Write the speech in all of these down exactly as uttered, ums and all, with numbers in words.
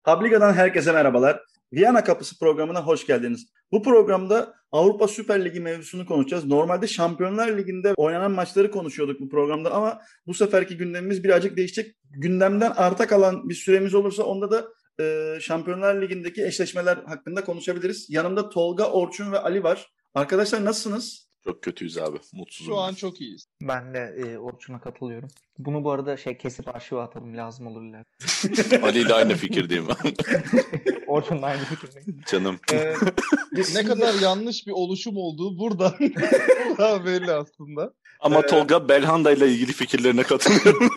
Publica'dan herkese merhabalar. Viyana Kapısı programına hoş geldiniz. Bu programda Avrupa Süper Ligi mevzusunu konuşacağız. Normalde Şampiyonlar Ligi'nde oynanan maçları konuşuyorduk bu programda ama bu seferki gündemimiz birazcık değişecek. Gündemden arta kalan bir süremiz olursa onda da e, Şampiyonlar Ligi'ndeki eşleşmeler hakkında konuşabiliriz. Yanımda Tolga, Orçun ve Ali var. Arkadaşlar nasılsınız? Çok kötüyüz abi. Mutsuzum. Şu an çok iyiyiz. Ben de e, Orçun'a katılıyorum. Bunu bu arada şey kesip arşive atalım, lazım olur ileride. Ali ile aynı fikirdeyim ben. Orçun'la aynı fikirdeyim. Canım. Ee, ne kadar yanlış bir oluşum olduğu buradan, buradan belli aslında. Ama Ee, Tolga Belhanda ile ilgili fikirlerine katılıyorum.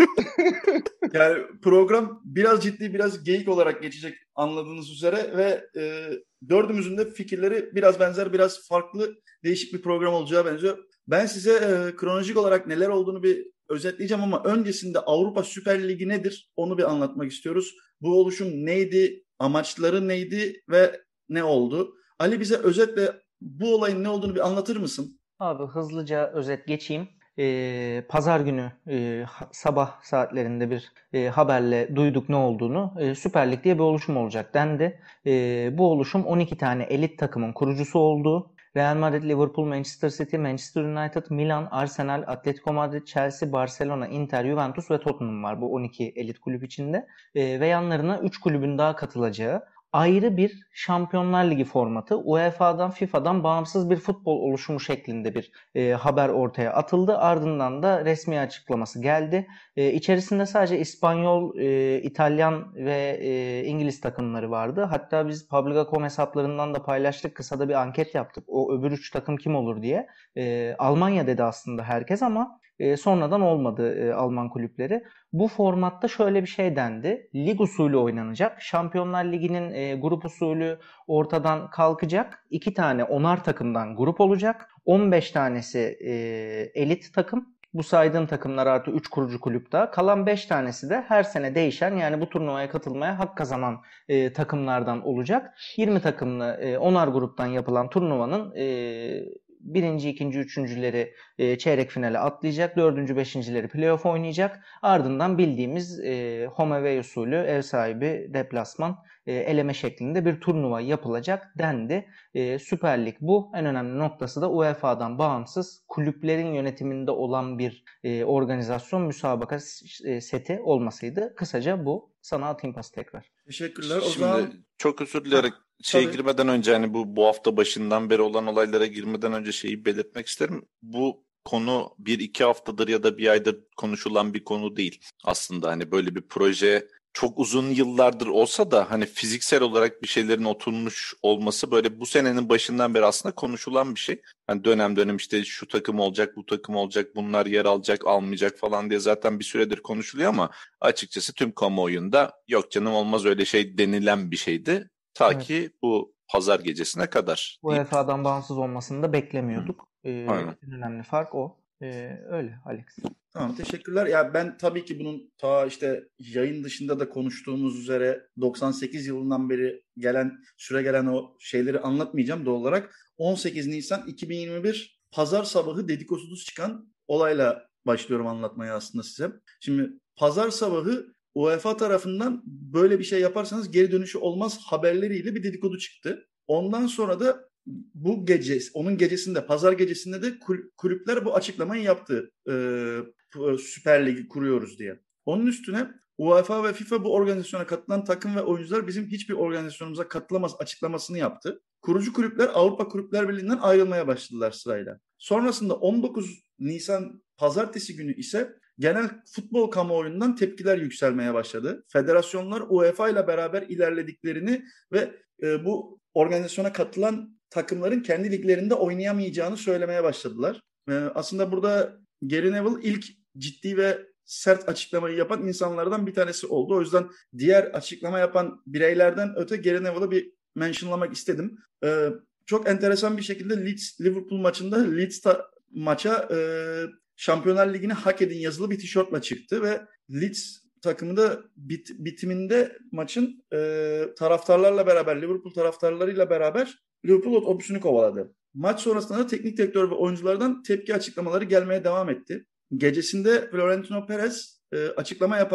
Yani program biraz ciddi, biraz geyik olarak geçecek anladığınız üzere ve e, dördümüzün de fikirleri biraz benzer, biraz farklı, değişik bir program olacağı benziyor. Ben size e, kronolojik olarak neler olduğunu bir özetleyeceğim ama öncesinde Avrupa Süper Ligi nedir onu bir anlatmak istiyoruz. Bu oluşum neydi, amaçları neydi ve ne oldu? Ali, bize özetle bu olayın ne olduğunu bir anlatır mısın? Abi hızlıca özet geçeyim. Ee, Pazar günü e, sabah saatlerinde bir e, haberle duyduk ne olduğunu. E, Süper Lig diye bir oluşum olacak dendi. E, bu oluşum on iki tane elit takımın kurucusu oldu. Real Madrid, Liverpool, Manchester City, Manchester United, Milan, Arsenal, Atletico Madrid, Chelsea, Barcelona, Inter, Juventus ve Tottenham var bu on iki elit kulüp içinde. E, ve yanlarına üç kulübün daha katılacağı ayrı bir Şampiyonlar Ligi formatı, U E F A'dan, FIFA'dan bağımsız bir futbol oluşumu şeklinde bir e, haber ortaya atıldı. Ardından da resmi açıklaması geldi. E, içerisinde sadece İspanyol, e, İtalyan ve e, İngiliz takımları vardı. Hatta biz Publica nokta com hesaplarından da paylaştık. Kısa da bir anket yaptık. O öbür üç takım kim olur diye. E, Almanya dedi aslında herkes ama e, sonradan olmadı e, Alman kulüpleri. Bu formatta şöyle bir şey dendi. Lig usulü oynanacak. Şampiyonlar Ligi'nin e, grup usulü ortadan kalkacak. İki tane onar takımdan grup olacak. on beş tanesi e, elit takım. Bu saydığım takımlar artı üç kurucu kulüp daha. Kalan beş tanesi de her sene değişen, yani bu turnuvaya katılmaya hak kazanan e, takımlardan olacak. yirmi takımlı e, onar gruptan yapılan turnuvanın e, birinci, ikinci, üçüncüleri e, çeyrek finale atlayacak. Dördüncü, beşincileri playoff oynayacak. Ardından bildiğimiz e, home away usulü, ev sahibi deplasman e, eleme şeklinde bir turnuva yapılacak dendi. E, Süper Lig bu. En önemli noktası da U E F A'dan bağımsız kulüplerin yönetiminde olan bir e, organizasyon, müsabaka e, seti olmasıydı. Kısaca bu. Sana atayım pası tekrar. Teşekkürler. O Şimdi zaman çok özür dileyerek şey tabii. girmeden önce, hani bu bu hafta başından beri olan olaylara girmeden önce şeyi belirtmek isterim. Bu konu bir iki haftadır ya da bir aydır konuşulan bir konu değil. Aslında hani böyle bir proje çok uzun yıllardır olsa da hani fiziksel olarak bir şeylerin oturmuş olması böyle bu senenin başından beri aslında konuşulan bir şey. Hani dönem dönem işte şu takım olacak, bu takım olacak, bunlar yer alacak, almayacak falan diye zaten bir süredir konuşuluyor ama açıkçası tüm kamuoyunda yok canım olmaz öyle şey denilen bir şeydi. Ta Evet. ki bu pazar gecesine kadar. U E F A'dan bağımsız olmasını da beklemiyorduk. Ee, Aynen. en önemli fark o. Ee, öyle Alex. Tamam, teşekkürler. Ya ben tabii ki bunun ta işte yayın dışında da konuştuğumuz üzere doksan sekiz yılından beri gelen süre gelen o şeyleri anlatmayacağım doğal olarak. on sekiz Nisan iki bin yirmi bir pazar sabahı dedikodusuz çıkan olayla başlıyorum anlatmaya aslında size. Şimdi pazar sabahı U E F A tarafından böyle bir şey yaparsanız geri dönüşü olmaz haberleriyle bir dedikodu çıktı. Ondan sonra da bu gece, onun gecesinde, pazar gecesinde de kulüpler bu açıklamayı yaptı. Ee, Süper Ligi kuruyoruz diye. Onun üstüne U E F A ve FIFA bu organizasyona katılan takım ve oyuncular bizim hiçbir organizasyonumuza katılamaz açıklamasını yaptı. Kurucu kulüpler Avrupa Kulüpler Birliği'nden ayrılmaya başladılar sırayla. Sonrasında on dokuz Nisan pazartesi günü ise genel futbol kamuoyundan tepkiler yükselmeye başladı. Federasyonlar U E F A ile beraber ilerlediklerini ve e, bu organizasyona katılan takımların kendi liglerinde oynayamayacağını söylemeye başladılar. E, aslında burada Gary Neville ilk ciddi ve sert açıklamayı yapan insanlardan bir tanesi oldu. O yüzden diğer açıklama yapan bireylerden öte Gary Neville'ı bir mentionlamak istedim. E, çok enteresan bir şekilde Leeds-Liverpool maçında Leeds ta- maça e, Şampiyonlar Ligi'ni hak edin yazılı bir tişörtle çıktı ve Leeds takımı da bit, bitiminde maçın e, taraftarlarla beraber, Liverpool taraftarlarıyla beraber Liverpool otobüsünü kovaladı. Maç sonrasında da teknik direktör ve oyunculardan tepki açıklamaları gelmeye devam etti. Gecesinde Florentino Perez e, açıklama yaparak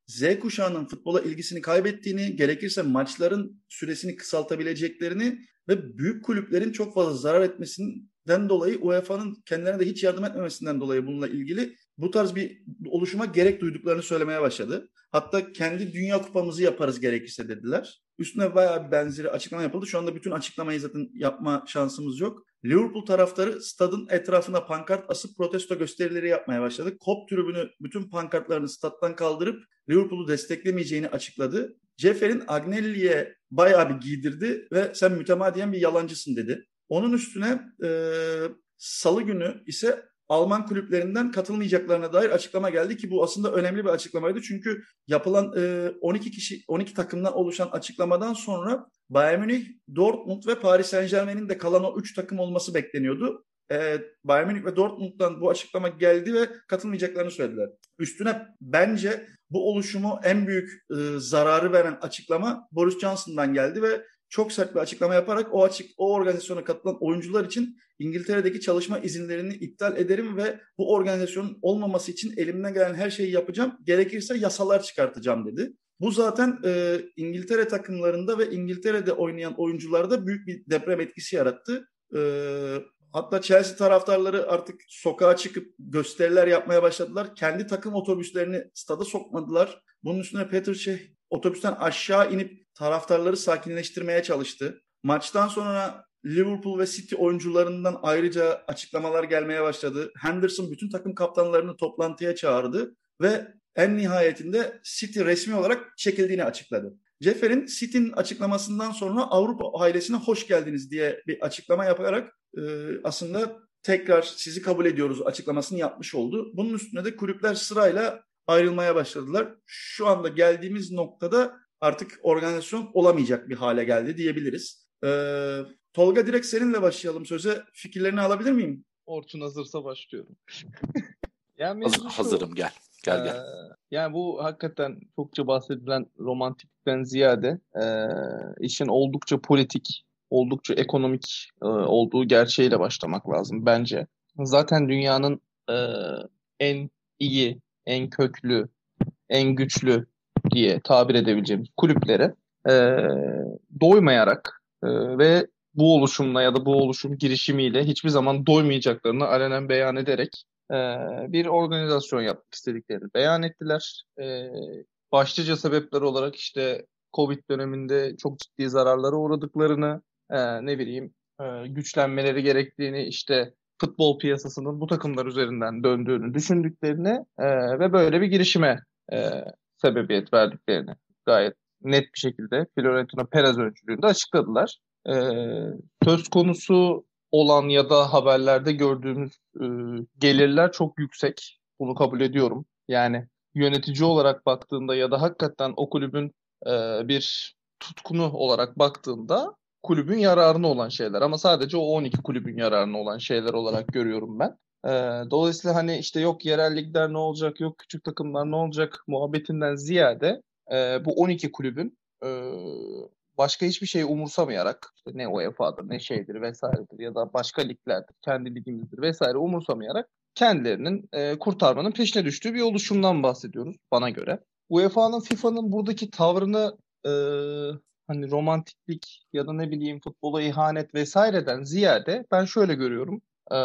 Z kuşağının futbola ilgisini kaybettiğini, gerekirse maçların süresini kısaltabileceklerini ve büyük kulüplerin çok fazla zarar etmesinden dolayı U E F A'nın kendilerine de hiç yardım etmemesinden dolayı bununla ilgili bu tarz bir oluşuma gerek duyduklarını söylemeye başladı. Hatta kendi Dünya Kupamızı yaparız gerekirse dediler. Üstüne bayağı bir benzeri açıklama yapıldı. Şu anda bütün açıklamayı zaten yapma şansımız yok. Liverpool taraftarı stadın etrafına pankart asıp protesto gösterileri yapmaya başladı. K O P tribünü bütün pankartlarını staddan kaldırıp Liverpool'u desteklemeyeceğini açıkladı. Cefer'in Agnelli'ye bayağı bir giydirdi ve sen mütemadiyen bir yalancısın dedi. Onun üstüne e, salı günü ise Alman kulüplerinden katılmayacaklarına dair açıklama geldi ki bu aslında önemli bir açıklamaydı. Çünkü yapılan e, on iki kişi on iki takımdan oluşan açıklamadan sonra Bayern Münih, Dortmund ve Paris Saint-Germain'in de kalan o üç takım olması bekleniyordu. E, Bayern Münih ve Dortmund'dan bu açıklama geldi ve katılmayacaklarını söylediler. Üstüne bence bu oluşumu en büyük e, zararı veren açıklama Boris Johnson'dan geldi ve çok sert bir açıklama yaparak o açık o organizasyona katılan oyuncular için İngiltere'deki çalışma izinlerini iptal ederim ve bu organizasyonun olmaması için elimden gelen her şeyi yapacağım. Gerekirse yasalar çıkartacağım dedi. Bu zaten e, İngiltere takımlarında ve İngiltere'de oynayan oyuncularda büyük bir deprem etkisi yarattı. E, hatta Chelsea taraftarları artık sokağa çıkıp gösteriler yapmaya başladılar. Kendi takım otobüslerini stada sokmadılar. Bunun üstüne Petr Cech otobüsten aşağı inip taraftarları sakinleştirmeye çalıştı. Maçtan sonra Liverpool ve City oyuncularından ayrıca açıklamalar gelmeye başladı. Henderson bütün takım kaptanlarını toplantıya çağırdı ve en nihayetinde City resmi olarak çekildiğini açıkladı. Cefer'in City'nin açıklamasından sonra Avrupa ailesine hoş geldiniz diye bir açıklama yaparak e, aslında tekrar sizi kabul ediyoruz açıklamasını yapmış oldu. Bunun üstüne de kulüpler sırayla ayrılmaya başladılar. Şu anda geldiğimiz noktada artık organizasyon olamayacak bir hale geldi diyebiliriz. Ee, Tolga direkt seninle başlayalım söze. Fikirlerini alabilir miyim? Orçun hazırsa başlıyorum. yani Hazır, şu, hazırım gel. Gel e, gel. Yani bu hakikaten çokça bahsedilen romantikten ziyade e, işin oldukça politik, oldukça ekonomik e, olduğu gerçeğiyle başlamak lazım bence. Zaten dünyanın e, en iyi, en köklü, en güçlü diye tabir edebileceğimiz kulüplere e, doymayarak e, ve bu oluşumla ya da bu oluşum girişimiyle hiçbir zaman doymayacaklarını alenen beyan ederek e, bir organizasyon yapmak istediklerini beyan ettiler. E, başlıca sebepler olarak işte Covid döneminde çok ciddi zararlara uğradıklarını, e, ne bileyim e, güçlenmeleri gerektiğini, işte futbol piyasasının bu takımlar üzerinden döndüğünü düşündüklerini e, ve böyle bir girişime e, sebebiyet verdiklerini gayet net bir şekilde Florentino Perez öncülüğünde açıkladılar. E, söz konusu olan ya da haberlerde gördüğümüz e, gelirler çok yüksek. Bunu kabul ediyorum. Yani yönetici olarak baktığında ya da hakikaten o kulübün e, bir tutkunu olarak baktığında kulübün yararına olan şeyler. Ama sadece o on iki kulübün yararına olan şeyler olarak görüyorum ben. E, dolayısıyla hani işte yok yerel ligler ne olacak, yok küçük takımlar ne olacak muhabbetinden ziyade e, bu on iki kulübün e, başka hiçbir şeyi umursamayarak işte ne U E F A'dır ne şeydir vesairedir ya da başka liglerdir, kendi ligimizdir vesaire umursamayarak kendilerinin e, kurtarmanın peşine düştüğü bir oluşumdan bahsediyoruz bana göre. U E F A'nın FIFA'nın buradaki tavrını e, hani romantiklik ya da ne bileyim futbola ihanet vesaireden ziyade ben şöyle görüyorum. E,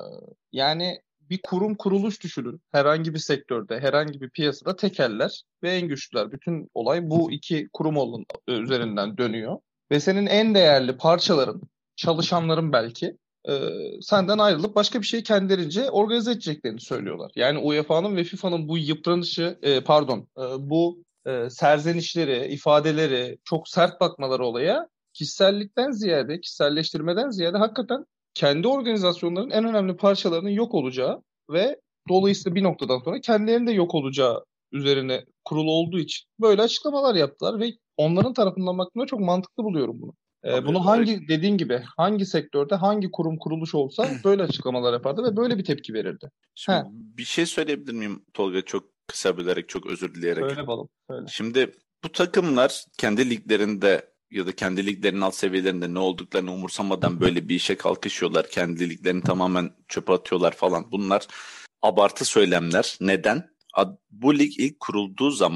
yani bir kurum kuruluş düşünün. Herhangi bir sektörde, herhangi bir piyasada tekeller ve en güçlüler. Bütün olay bu iki kurum olun, üzerinden dönüyor. Ve senin en değerli parçaların, çalışanların belki e, senden ayrılıp başka bir şeyi kendilerince organize edeceklerini söylüyorlar. Yani U E F A'nın ve FIFA'nın bu yıpranışı, e, pardon, e, bu e, serzenişleri, ifadeleri, çok sert bakmaları olaya kişisellikten ziyade, kişiselleştirmeden ziyade hakikaten kendi organizasyonların en önemli parçalarının yok olacağı ve dolayısıyla bir noktadan sonra kendilerinin de yok olacağı üzerine kurulu olduğu için böyle açıklamalar yaptılar ve onların tarafından baktığımda çok mantıklı buluyorum bunu. Ee, bunu hangi dediğin gibi hangi sektörde hangi kurum kuruluş olsa böyle açıklamalar yapardı ve böyle bir tepki verirdi. Şimdi He. bir şey söyleyebilir miyim Tolga, çok kısa bilerek, çok özür dileyerek. Söyle balım, söyle. Şimdi bu takımlar kendi liglerinde ya da kendi liglerinin alt seviyelerinde ne olduklarını umursamadan böyle bir işe kalkışıyorlar. Kendi liglerini tamamen çöpe atıyorlar falan. Bunlar abartı söylemler. Neden? Bu lig ilk kurulduğu zaman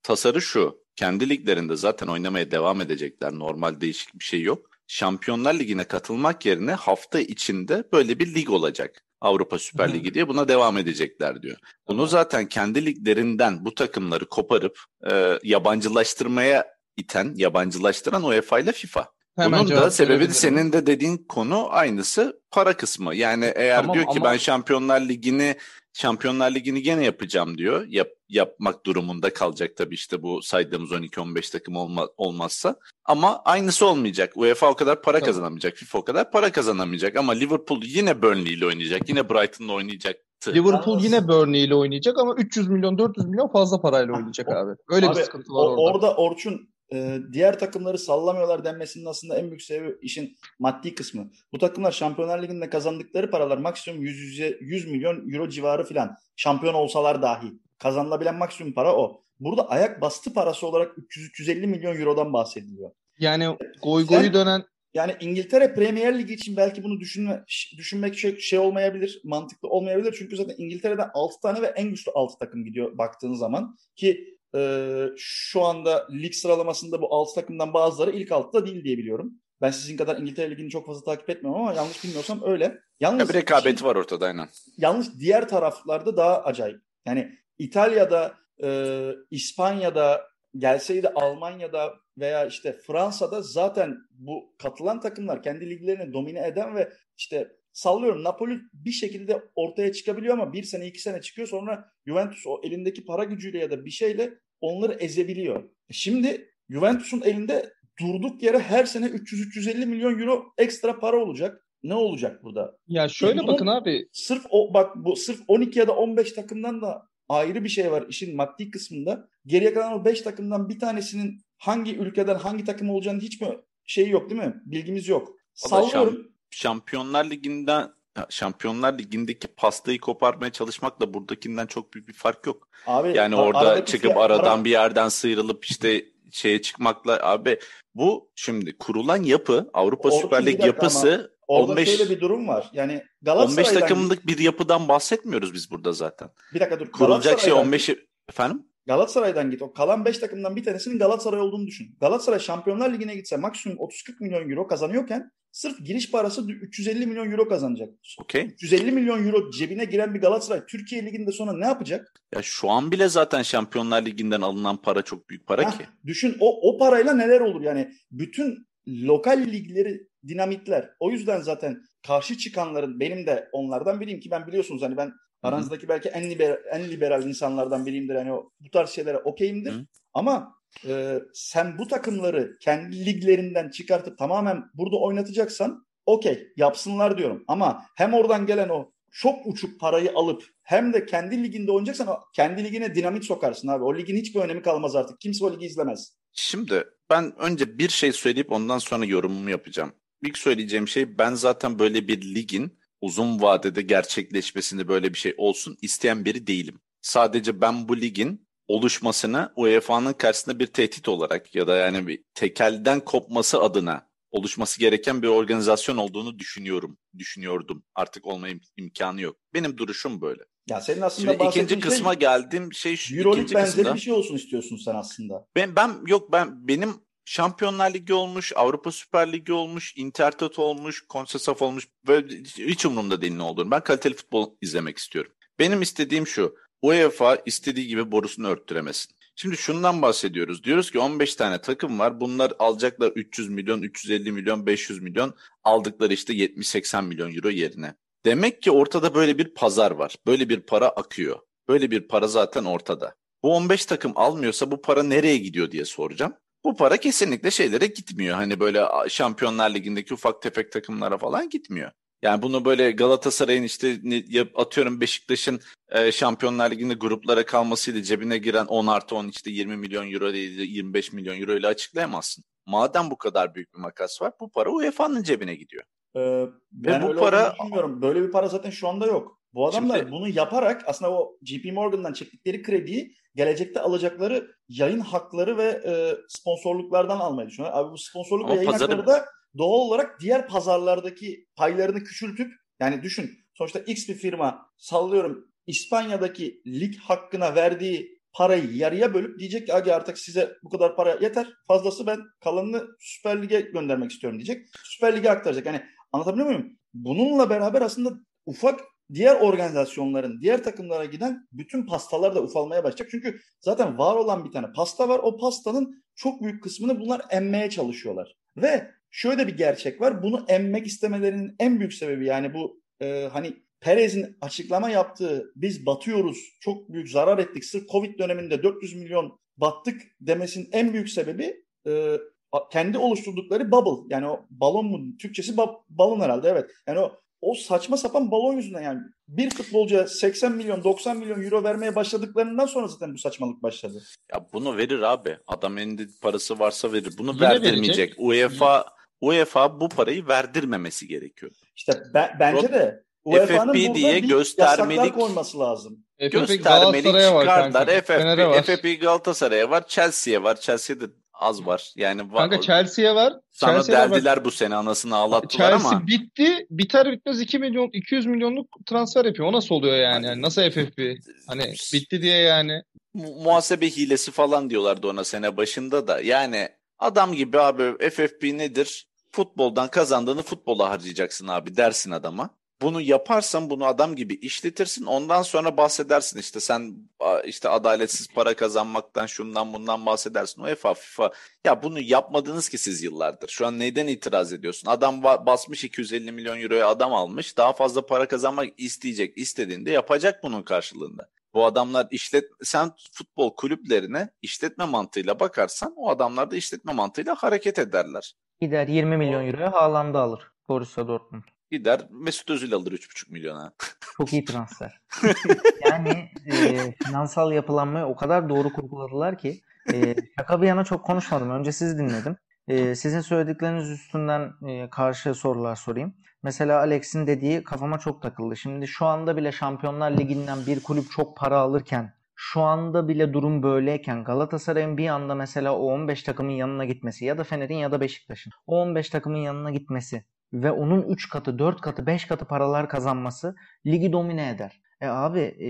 tasarı şu. Kendi liglerinde zaten oynamaya devam edecekler. Normal değişik bir şey yok. Şampiyonlar Ligi'ne katılmak yerine hafta içinde böyle bir lig olacak. Avrupa Süper Ligi diye buna devam edecekler diyor. Bunu Tamam. zaten kendi liglerinden bu takımları koparıp e, yabancılaştırmaya iten, yabancılaştıran UEFA ile FIFA. Hemen Bunun da cevap sebebi verebilirim. senin de dediğin konu aynısı para kısmı. Yani eğer Tamam diyor ki ama- ben Şampiyonlar Ligi'ni Şampiyonlar Ligi'ni gene yapacağım diyor. Yap, yapmak durumunda kalacak tabii işte bu saydığımız on iki on beş takım olma, olmazsa. Ama aynısı olmayacak. UEFA o kadar para Tamam. kazanamayacak. FIFA o kadar para kazanamayacak. Ama Liverpool yine Burnley ile oynayacak. Yine Brighton'la oynayacaktı. Liverpool Yalnız- yine Burnley ile oynayacak ama üç yüz milyon dört yüz milyon fazla parayla Ha, oynayacak o- abi. Öyle Abi, bir sıkıntı var o- orada. Orada Orçun e, diğer takımları sallamıyorlar denmesinin aslında en büyük sebebi işin maddi kısmı. Bu takımlar Şampiyonlar Ligi'nde kazandıkları paralar maksimum yüz, yüz milyon euro civarı filan. Şampiyon olsalar dahi. Kazanılabilen maksimum para o. Burada ayak bastı parası olarak üç yüz üç yüz elli milyon eurodan bahsediliyor. Yani goy Sen- goyu dönen Yani İngiltere Premier Ligi için belki bunu düşünme, düşünmek şey, şey olmayabilir, mantıklı olmayabilir. Çünkü zaten İngiltere'den altı tane ve en güçlü altı takım gidiyor baktığın zaman. Ki e, şu anda lig sıralamasında bu altı takımdan bazıları ilk altıda değil diye biliyorum. Ben sizin kadar İngiltere Ligi'ni çok fazla takip etmiyorum ama yanlış bilmiyorsam öyle. Yalnız Ya bir rekabeti işin- var ortada aynen. Yalnız diğer taraflarda daha acayip. Yani İtalya'da, e, İspanya'da, gelseydi Almanya'da veya işte Fransa'da zaten bu katılan takımlar kendi liglerini domine eden ve işte sallıyorum Napoli bir şekilde ortaya çıkabiliyor ama bir sene iki sene çıkıyor, sonra Juventus o elindeki para gücüyle ya da bir şeyle onları ezebiliyor. Şimdi Juventus'un elinde durduk yere her sene üç yüz üç yüz elli milyon euro ekstra para olacak. Ne olacak burada? ya şöyle Bunun- bakın abi Sırf o bak bu sırf on iki ya da on beş takımdan da ayrı bir şey var işin maddi kısmında. Geriye kalan o beş takımdan bir tanesinin hangi ülkeden hangi takım olacağını hiç mi şeyi yok değil mi? Bilgimiz yok. Vallahi Sallıyorum. Şampiyonlar Ligi'nden Şampiyonlar Ligi'ndeki pastayı koparmaya çalışmakla buradakinden çok büyük bir fark yok. Abi Yani a- orada aradaki çıkıp fiyat- aradan para- bir yerden sıyrılıp işte şeye çıkmakla abi bu şimdi kurulan yapı Avrupa Orçun, Süper bir Lig dakika yapısı orada on beş şöyle bir durum var. Yani on beş Galatasaray'dan takımlık bir yapıdan bahsetmiyoruz biz burada zaten. bir dakika dur. Kurulacak şey Galatasaray'dan- on beş efendim? Galatasaray'dan git. O kalan beş takımdan bir tanesinin Galatasaray olduğunu düşün. Galatasaray Şampiyonlar Ligi'ne gitse maksimum otuz kırk milyon euro kazanıyorken sırf giriş parası üç yüz elli milyon euro kazanacak. Okey. üç yüz elli milyon euro cebine giren bir Galatasaray Türkiye Ligi'nde sonra ne yapacak? Ya şu an bile zaten Şampiyonlar Ligi'nden alınan para çok büyük para Hah, ki. düşün o, o parayla neler olur yani. Bütün lokal ligleri dinamitler. O yüzden zaten karşı çıkanların, benim de onlardan biriyim ki ben biliyorsunuz hani ben aranızdaki belki en liberal, en liberal insanlardan biriyimdir. Hani o, bu tarz şeylere okeyimdir. Hı. Ama e, sen bu takımları kendi liglerinden çıkartıp tamamen burada oynatacaksan okey yapsınlar diyorum. Ama hem oradan gelen o çok uçuk parayı alıp hem de kendi liginde oynayacaksan o kendi ligine dinamit sokarsın abi. O ligin hiçbir önemi kalmaz artık. Kimse o ligi izlemez. Şimdi ben önce bir şey söyleyip ondan sonra yorumumu yapacağım. İlk söyleyeceğim şey ben zaten böyle bir ligin uzun vadede gerçekleşmesini böyle bir şey olsun isteyen biri değilim. Sadece ben bu ligin oluşmasını U E F A'nın karşısında bir tehdit olarak ya da yani bir tekelden kopması adına oluşması gereken bir organizasyon olduğunu düşünüyorum. Düşünüyordum. Artık olma im- imkanı yok. Benim duruşum böyle. Ya senin aslında Şimdi ikinci bahsettiğin kısma şey geldiğim şey şu. Euroleague ikinci benzeri kısımda. bir şey olsun istiyorsun sen aslında. Ben, ben yok ben benim Şampiyonlar Ligi olmuş, Avrupa Süper Ligi olmuş, Intertoto olmuş, CONCACAF olmuş. Böyle hiç umurumda değil ne olduğunu. Ben kaliteli futbol izlemek istiyorum. Benim istediğim şu. UEFA istediği gibi borusunu örttüremesin. Şimdi şundan bahsediyoruz. Diyoruz ki on beş tane takım var. Bunlar alacaklar üç yüz milyon, üç yüz elli milyon, beş yüz milyon. Aldıkları işte yetmiş seksen milyon euro yerine. Demek ki ortada böyle bir pazar var. Böyle bir para akıyor. Böyle bir para zaten ortada. Bu on beş takım almıyorsa bu para nereye gidiyor diye soracağım. Bu para kesinlikle şeylere gitmiyor. Hani böyle Şampiyonlar Ligi'ndeki ufak tefek takımlara falan gitmiyor. Yani bunu böyle Galatasaray'ın işte atıyorum Beşiktaş'ın e, Şampiyonlar Ligi'nde gruplara kalmasıyla cebine giren on artı on işte yirmi milyon euro değil yirmi beş milyon euro ile açıklayamazsın. Madem bu kadar büyük bir makas var bu para U E F A'nın cebine gidiyor. Ee, ben bu öyle para- olduğunu düşünmüyorum. Böyle bir para zaten şu anda yok. Bu adamlar Şimdi- bunu yaparak aslında o J P Morgan'dan çektikleri krediyi gelecekte alacakları yayın hakları ve e, sponsorluklardan almayı düşünüyorlar. Abi bu sponsorluk Ama ve yayın pazarı- hakları da doğal olarak diğer pazarlardaki paylarını küçültüp yani düşün sonuçta X bir firma sallıyorum İspanya'daki lig hakkına verdiği parayı yarıya bölüp diyecek ki Agi artık size bu kadar para yeter. Fazlası ben kalanını Süper Lig'e göndermek istiyorum diyecek. Süper Lig'e aktaracak. Yani anlatabiliyor muyum? Bununla beraber aslında ufak diğer organizasyonların, diğer takımlara giden bütün pastalar da ufalmaya başlayacak. Çünkü zaten var olan bir tane pasta var. O pastanın çok büyük kısmını bunlar emmeye çalışıyorlar. Ve şöyle bir gerçek var. Bunu emmek istemelerinin en büyük sebebi yani bu e, hani Perez'in açıklama yaptığı biz batıyoruz, çok büyük zarar ettik. Sırf Covid döneminde dört yüz milyon battık demesinin en büyük sebebi e, kendi oluşturdukları bubble. Yani o balon mu? Türkçesi ba- balon herhalde evet. Yani o o saçma sapan balon yüzünden yani bir futbolcuya seksen milyon doksan milyon euro vermeye başladıklarından sonra zaten bu saçmalık başladı. Ya bunu verir abi. Adam elinde parası varsa verir. Bunu Yine verdirmeyecek. verecek. UEFA UEFA bu parayı verdirmemesi gerekiyor. İşte be- bence de F F UEFA'nın P burada diye bir göstermelik yasaklar koyması lazım. F F P göstermelik Galatasaray'a var çıkardılar. kanka. F F Fener'e P, var. F F P Galatasaray'a var. Chelsea'ye var. Chelsea'de az var. Yani va- Kanka Chelsea'ye var. sana Chelsea'ye var bak. deldiler bu sene anasını ağlattılar Chelsea ama. bitti. Biter bitmez iki milyon iki yüz milyonluk transfer yapıyor. O nasıl oluyor yani? Yani nasıl F F P? Hani bitti diye yani. Mu- muhasebe hilesi falan diyorlardı ona sene başında da. Yani adam gibi abi F F P nedir? Futboldan kazandığını futbola harcayacaksın abi dersin adama. Bunu yaparsan bunu adam gibi işletirsin. Ondan sonra bahsedersin işte sen işte adaletsiz para kazanmaktan şundan bundan bahsedersin. UEFA, FIFA ya bunu yapmadınız ki siz yıllardır. Şu an neyden itiraz ediyorsun? Adam basmış iki yüz elli milyon euroya adam almış. Daha fazla para kazanmak isteyecek. İstediğinde yapacak bunun karşılığında. Bu adamlar işlet sen futbol kulüplerine işletme mantığıyla bakarsan o adamlar da işletme mantığıyla hareket ederler. Gider yirmi milyon euroya Haaland'ı alır Borussia Dortmund. Gider Mesut Özil alır üç buçuk milyona. Çok iyi transfer. Yani e, finansal yapılanmayı o kadar doğru kurguladılar ki e, şaka bir yana çok konuşmadım. Önce sizi dinledim. E, sizin söyledikleriniz üstünden e, karşı sorular sorayım. Mesela Alex'in dediği kafama çok takıldı. Şimdi şu anda bile Şampiyonlar Ligi'nden bir kulüp çok para alırken şu anda bile durum böyleyken Galatasaray'ın bir anda mesela o on beş takımın yanına gitmesi ya da Fener'in ya da Beşiktaş'ın o on beş takımın yanına gitmesi ve onun üç katı, dört katı, beş katı paralar kazanması ligi domine eder. E abi e,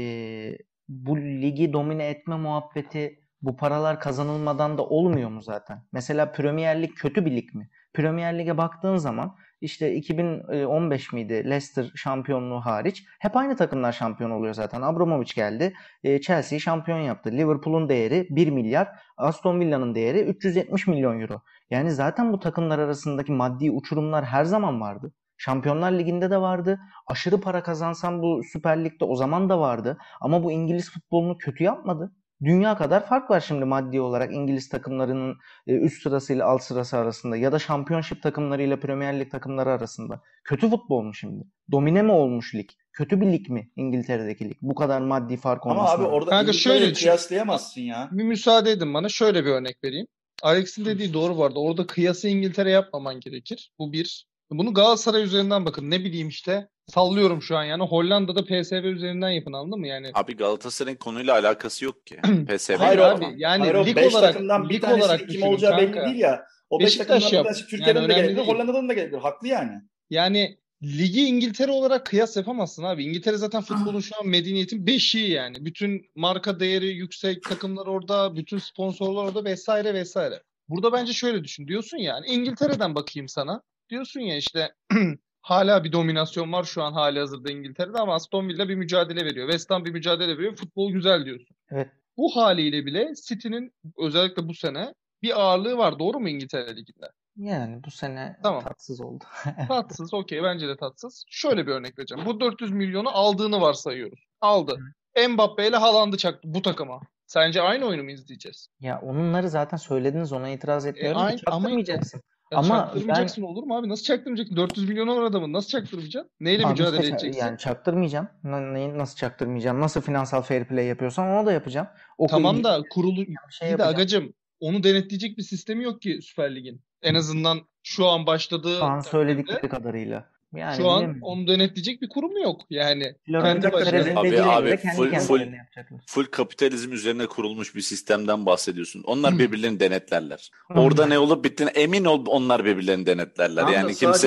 bu ligi domine etme muhabbeti bu paralar kazanılmadan da olmuyor mu zaten? Mesela Premier Lig kötü bir lig mi? Premier Lig'e baktığın zaman işte iki bin on beş miydi Leicester şampiyonluğu hariç hep aynı takımlar şampiyon oluyor zaten. Abramovich geldi, Chelsea'yi şampiyon yaptı. Liverpool'un değeri bir milyar, Aston Villa'nın değeri üç yüz yetmiş milyon euro. Yani zaten bu takımlar arasındaki maddi uçurumlar her zaman vardı. Şampiyonlar Ligi'nde de vardı. Aşırı para kazansan bu Süper Lig'de o zaman da vardı. Ama bu İngiliz futbolunu kötü yapmadı. Dünya kadar fark var şimdi maddi olarak İngiliz takımlarının üst sırasıyla alt sırası arasında ya da Championship takımlarıyla Premier Lig takımları arasında. Kötü futbol mu şimdi? Domine mi olmuş lig? Kötü bir lig mi İngiltere'deki lig? Bu kadar maddi fark olması. Ama abi orada Kanka şöyle kıyaslayamazsın ya. Bir müsaade edin bana. Şöyle bir örnek vereyim. Alex'in dediği doğru vardı. Orada kıyası İngiltere yapmaman gerekir. Bu bir. Bunu Galatasaray üzerinden bakın. Ne bileyim işte. Sallıyorum şu an yani. Hollanda'da P S V üzerinden yapın anladın mı? Yani Abi Galatasaray'ın konuyla alakası yok ki. P S V Hayır ile abi. falan. yani Hayır, o lig beş olarak takımdan bir lig tanesinin olarak kim düşünün olacağı belli kanka. değil ya. O beş Beşiktaş takımdan bir yap. tanesi Türkiye'den Yani de önemli gelebilir, değil. Hollanda'dan da gelebilir. Haklı yani. Yani ligi İngiltere olarak kıyas yapamazsın abi. İngiltere zaten futbolun şu an medeniyetin beşiği yani. Bütün marka değeri yüksek takımlar orada, bütün sponsorlar orada vesaire vesaire. Burada bence şöyle düşün. Diyorsun yani İngiltere'den bakayım sana. Diyorsun ya işte hala bir dominasyon var şu an hali hazırda İngiltere'de ama Aston Villa bir mücadele veriyor. West Ham bir mücadele veriyor. Futbol güzel diyorsun. Evet. Bu haliyle bile City'nin özellikle bu sene bir ağırlığı var. Doğru mu İngiltere Ligi'nde? Yani bu sene Tamam. tatsız oldu. Tatsız, okey, bence de tatsız. Şöyle bir örnek vereceğim. Bu dört yüz milyonu aldığını varsayıyoruz. Aldı. Mbappe ile Haaland'ı çaktı bu takıma. Sence aynı oyunu mu izleyeceğiz? Ya onları zaten söylediniz, ona itiraz etmiyorum. E, ki aynı- çaktırmayacaksın. Ya Ama çaktırmayacaksın olur mu abi? Nasıl çaktırmayacaksın? dört yüz milyon var adamın. Nasıl çaktırmayacaksın? Neyle Abi mücadele işte ça- edeceksin? Yani çaktırmayacağım. Na- Neyi nasıl çaktırmayacağım? Nasıl finansal fair play yapıyorsam onu da yapacağım. O Tamam ilgili da kurulu bir şey bir de yapacağım. agacım onu denetleyecek bir sistemi yok ki Süper Lig'in. En azından şu an başladığı Şu an takdirde söyledikleri kadarıyla. Yani şu an bilemiyorum. onu denetleyecek bir kurum yok. Yani Flört kendi dakika, başına. Perez'in Abi, dediğine abi, göre kendi full- kendilerine full- yapacaklar. Full kapitalizm üzerine kurulmuş bir sistemden bahsediyorsun. Onlar birbirlerini denetlerler. Orada ne olup bittiğine emin ol onlar birbirlerini denetlerler. Tamam da Yani sadece kimse o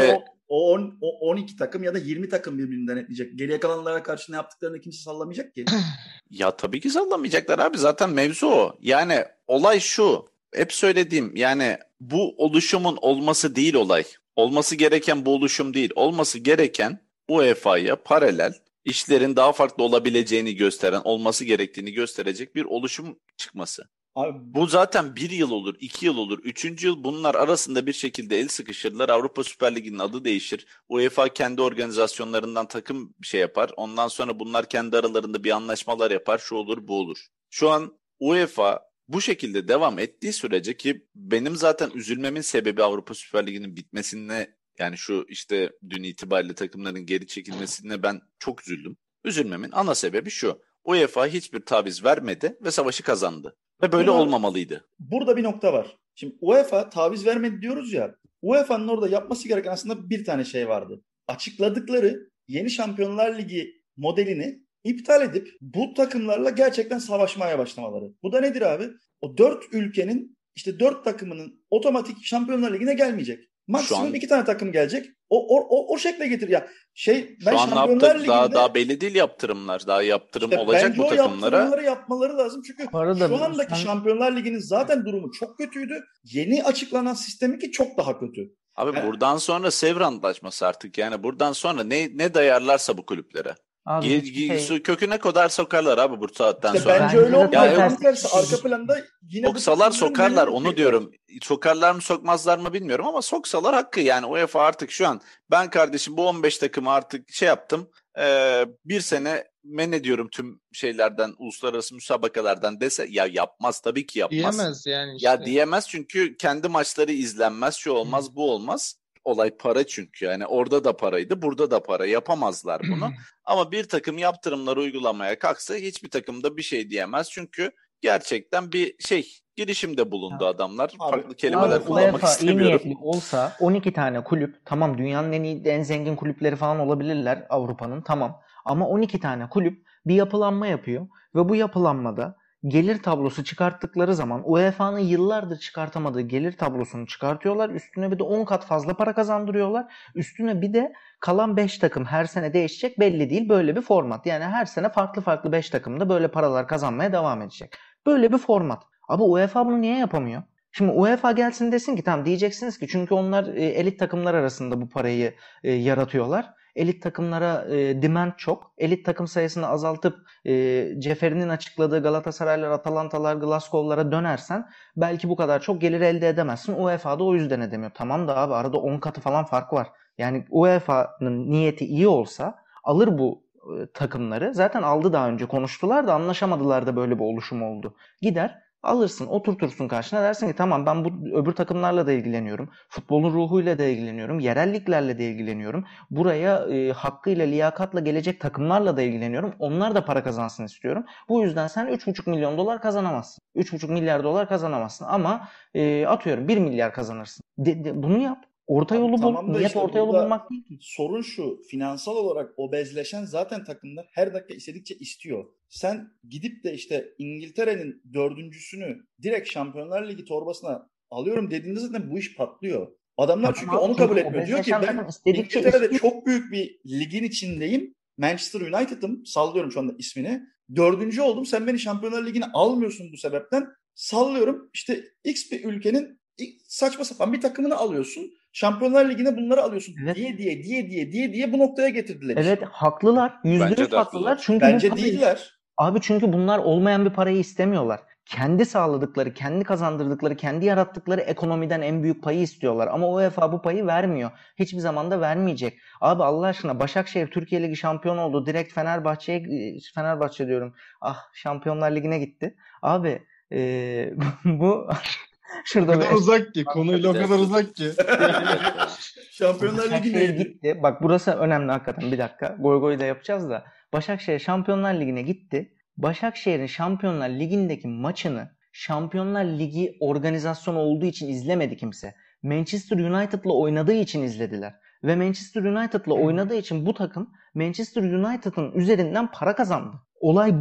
o, on, o on iki takım ya da yirmi takım birbirini denetleyecek. Geriye kalanlara karşı ne yaptıklarını kimse sallamayacak ki. Ya tabii ki sallamayacaklar abi. Zaten mevzu o. Yani olay şu. Hep söylediğim, yani bu oluşumun olması değil olay. Olması gereken bu oluşum değil. Olması gereken U E F A'ya paralel işlerin daha farklı olabileceğini gösteren, olması gerektiğini gösterecek bir oluşum çıkması. Abi, Bu zaten bir yıl olur, iki yıl olur, üçüncü yıl bunlar arasında bir şekilde el sıkışırlar. Avrupa Süper Ligi'nin adı değişir. U E F A kendi organizasyonlarından takım bir şey yapar. Ondan sonra bunlar kendi aralarında bir anlaşmalar yapar. Şu olur, bu olur. Şu an U E F A bu şekilde devam ettiği sürece, ki benim zaten üzülmemin sebebi Avrupa Süper Ligi'nin bitmesine, yani şu işte dün itibariyle takımların geri çekilmesine ben çok üzüldüm. Üzülmemin ana sebebi şu. U E F A hiçbir taviz vermedi ve savaşı kazandı. Ve böyle Burada, olmamalıydı. Burada bir nokta var. Şimdi U E F A taviz vermedi diyoruz ya. U E F A'nın orada yapması gereken aslında bir tane şey vardı. Açıkladıkları yeni Şampiyonlar Ligi modelini iptal edip bu takımlarla gerçekten savaşmaya başlamaları. Bu da nedir abi? O dört ülkenin işte dört takımının otomatik Şampiyonlar Ligi'ne gelmeyecek. Maksimum an, iki tane takım gelecek. O o o, o şekle getir ya. Şey ben şu an Şampiyonlar Ligi'nde daha daha belli değil yaptırımlar. Daha yaptırım işte olacak bu takımlara. Bence o yaptırımları yapmaları lazım. Çünkü Arada şu andaki sen... Şampiyonlar Ligi'nin zaten durumu çok kötüydü. Yeni açıklanan sistemi ki çok daha kötü. Abi yani, buradan sonra Sevr Antlaşması artık, yani buradan sonra ne ne dayarlarsa bu kulüplere. Abi, Ge- şey... köküne kadar sokarlar abi bu saatten işte sonra. Bence öyle olmuyor. Ya Tam tersi arka planda yine soksalar sokarlar, onu diyorum. Sokarlar mı sokmazlar mı bilmiyorum ama soksalar hakkı. Yani U E F A artık şu an ben kardeşim bu on beş takımı artık şey yaptım. Ee, bir sene men ediyorum tüm şeylerden, uluslararası müsabakalardan dese, ya yapmaz tabii ki yapmaz. Diyemez yani işte. Ya diyemez çünkü kendi maçları izlenmez, şu olmaz, bu olmaz. Olay para çünkü, yani orada da paraydı, burada da para, yapamazlar bunu. Ama bir takım yaptırımları uygulamaya kalksa hiçbir takım da bir şey diyemez çünkü gerçekten bir şey girişimde bulundu ya, adamlar. Abi, Farklı kelimeler kullanmak istemiyorum. U E F A iyi niyetli olsa on iki tane kulüp, tamam dünyanın en iyi, en zengin kulüpleri falan olabilirler Avrupa'nın, tamam. Ama on iki tane kulüp bir yapılanma yapıyor ve bu yapılanmada gelir tablosu çıkarttıkları zaman U E F A'nın yıllardır çıkartamadığı gelir tablosunu çıkartıyorlar. Üstüne bir de on kat fazla para kazandırıyorlar. Üstüne bir de kalan beş takım her sene değişecek, belli değil. Böyle bir format. Yani her sene farklı farklı beş takım da böyle paralar kazanmaya devam edecek. Böyle bir format. Ama U E F A bunu niye yapamıyor? Şimdi U E F A gelsin desin ki tamam, diyeceksiniz ki çünkü onlar e, elit takımlar arasında bu parayı e, yaratıyorlar. Elit takımlara e, demand çok. Elit takım sayısını azaltıp e, Ceferi'nin açıkladığı Galatasaraylar, Atalantalar, Glasgow'lara dönersen belki bu kadar çok gelir elde edemezsin. U E F A'da o yüzden edemiyor. Tamam da abi arada on katı falan fark var. Yani U E F A'nın niyeti iyi olsa alır bu e, takımları. Zaten aldı, daha önce konuştular da anlaşamadılar da böyle bir oluşum oldu. Gider alırsın, oturtursun karşına, dersin ki tamam ben bu öbür takımlarla da ilgileniyorum. Futbolun ruhuyla da ilgileniyorum. Yerel liglerle de ilgileniyorum. Buraya e, hakkıyla, liyakatla gelecek takımlarla da ilgileniyorum. Onlar da para kazansın istiyorum. Bu yüzden sen üç buçuk milyon dolar kazanamazsın. üç buçuk milyar dolar kazanamazsın. Ama e, atıyorum bir milyar kazanırsın. De, de, bunu yap. Orta Abi, yolu tamam bul. Niyet işte orta yolu bulmak değil ki. Sorun şu, finansal olarak obezleşen zaten takımlar her dakika istedikçe istiyor. Sen gidip de işte İngiltere'nin dördüncüsünü direkt Şampiyonlar Ligi torbasına alıyorum dediğinde zaten bu iş patlıyor. Adamlar çünkü Tamam, onu kabul çünkü etmiyor. Diyor ki ben İngiltere'de istiyor. Çok büyük bir ligin içindeyim. Manchester United'ım, sallıyorum şu anda ismini. Dördüncü oldum, sen beni Şampiyonlar Ligi'ne almıyorsun bu sebepten. Sallıyorum işte X bir ülkenin saçma sapan bir takımını alıyorsun. Şampiyonlar Ligi'ne bunları alıyorsun evet. diye diye diye diye diye diye bu noktaya getirdiler. Evet işte. Haklılar. Yüzde yüz haklılar. Çünkü Bence parayı, değiller. Abi çünkü bunlar olmayan bir parayı istemiyorlar. Kendi sağladıkları, kendi kazandırdıkları, kendi yarattıkları ekonomiden en büyük payı istiyorlar. Ama U E F A bu payı vermiyor. Hiçbir zaman da vermeyecek. Abi Allah aşkına Başakşehir Türkiye Ligi şampiyon oldu. Direkt Fenerbahçe'ye, Fenerbahçe diyorum. Ah Şampiyonlar Ligi'ne gitti. Abi ee, bu... Şurada o kadar uzak ki. Konuyla o kadar uzak ki. Şampiyonlar Ligi'ne gitti. Bak burası önemli hakikaten. Bir dakika. Goy goy da yapacağız da. Başakşehir Şampiyonlar Ligi'ne gitti. Başakşehir'in Şampiyonlar Ligi'ndeki maçını Şampiyonlar Ligi organizasyonu olduğu için izlemedi kimse. Manchester United'la oynadığı için izlediler. Ve Manchester United'la oynadığı için bu takım Manchester United'ın üzerinden para kazandı. Olay bu.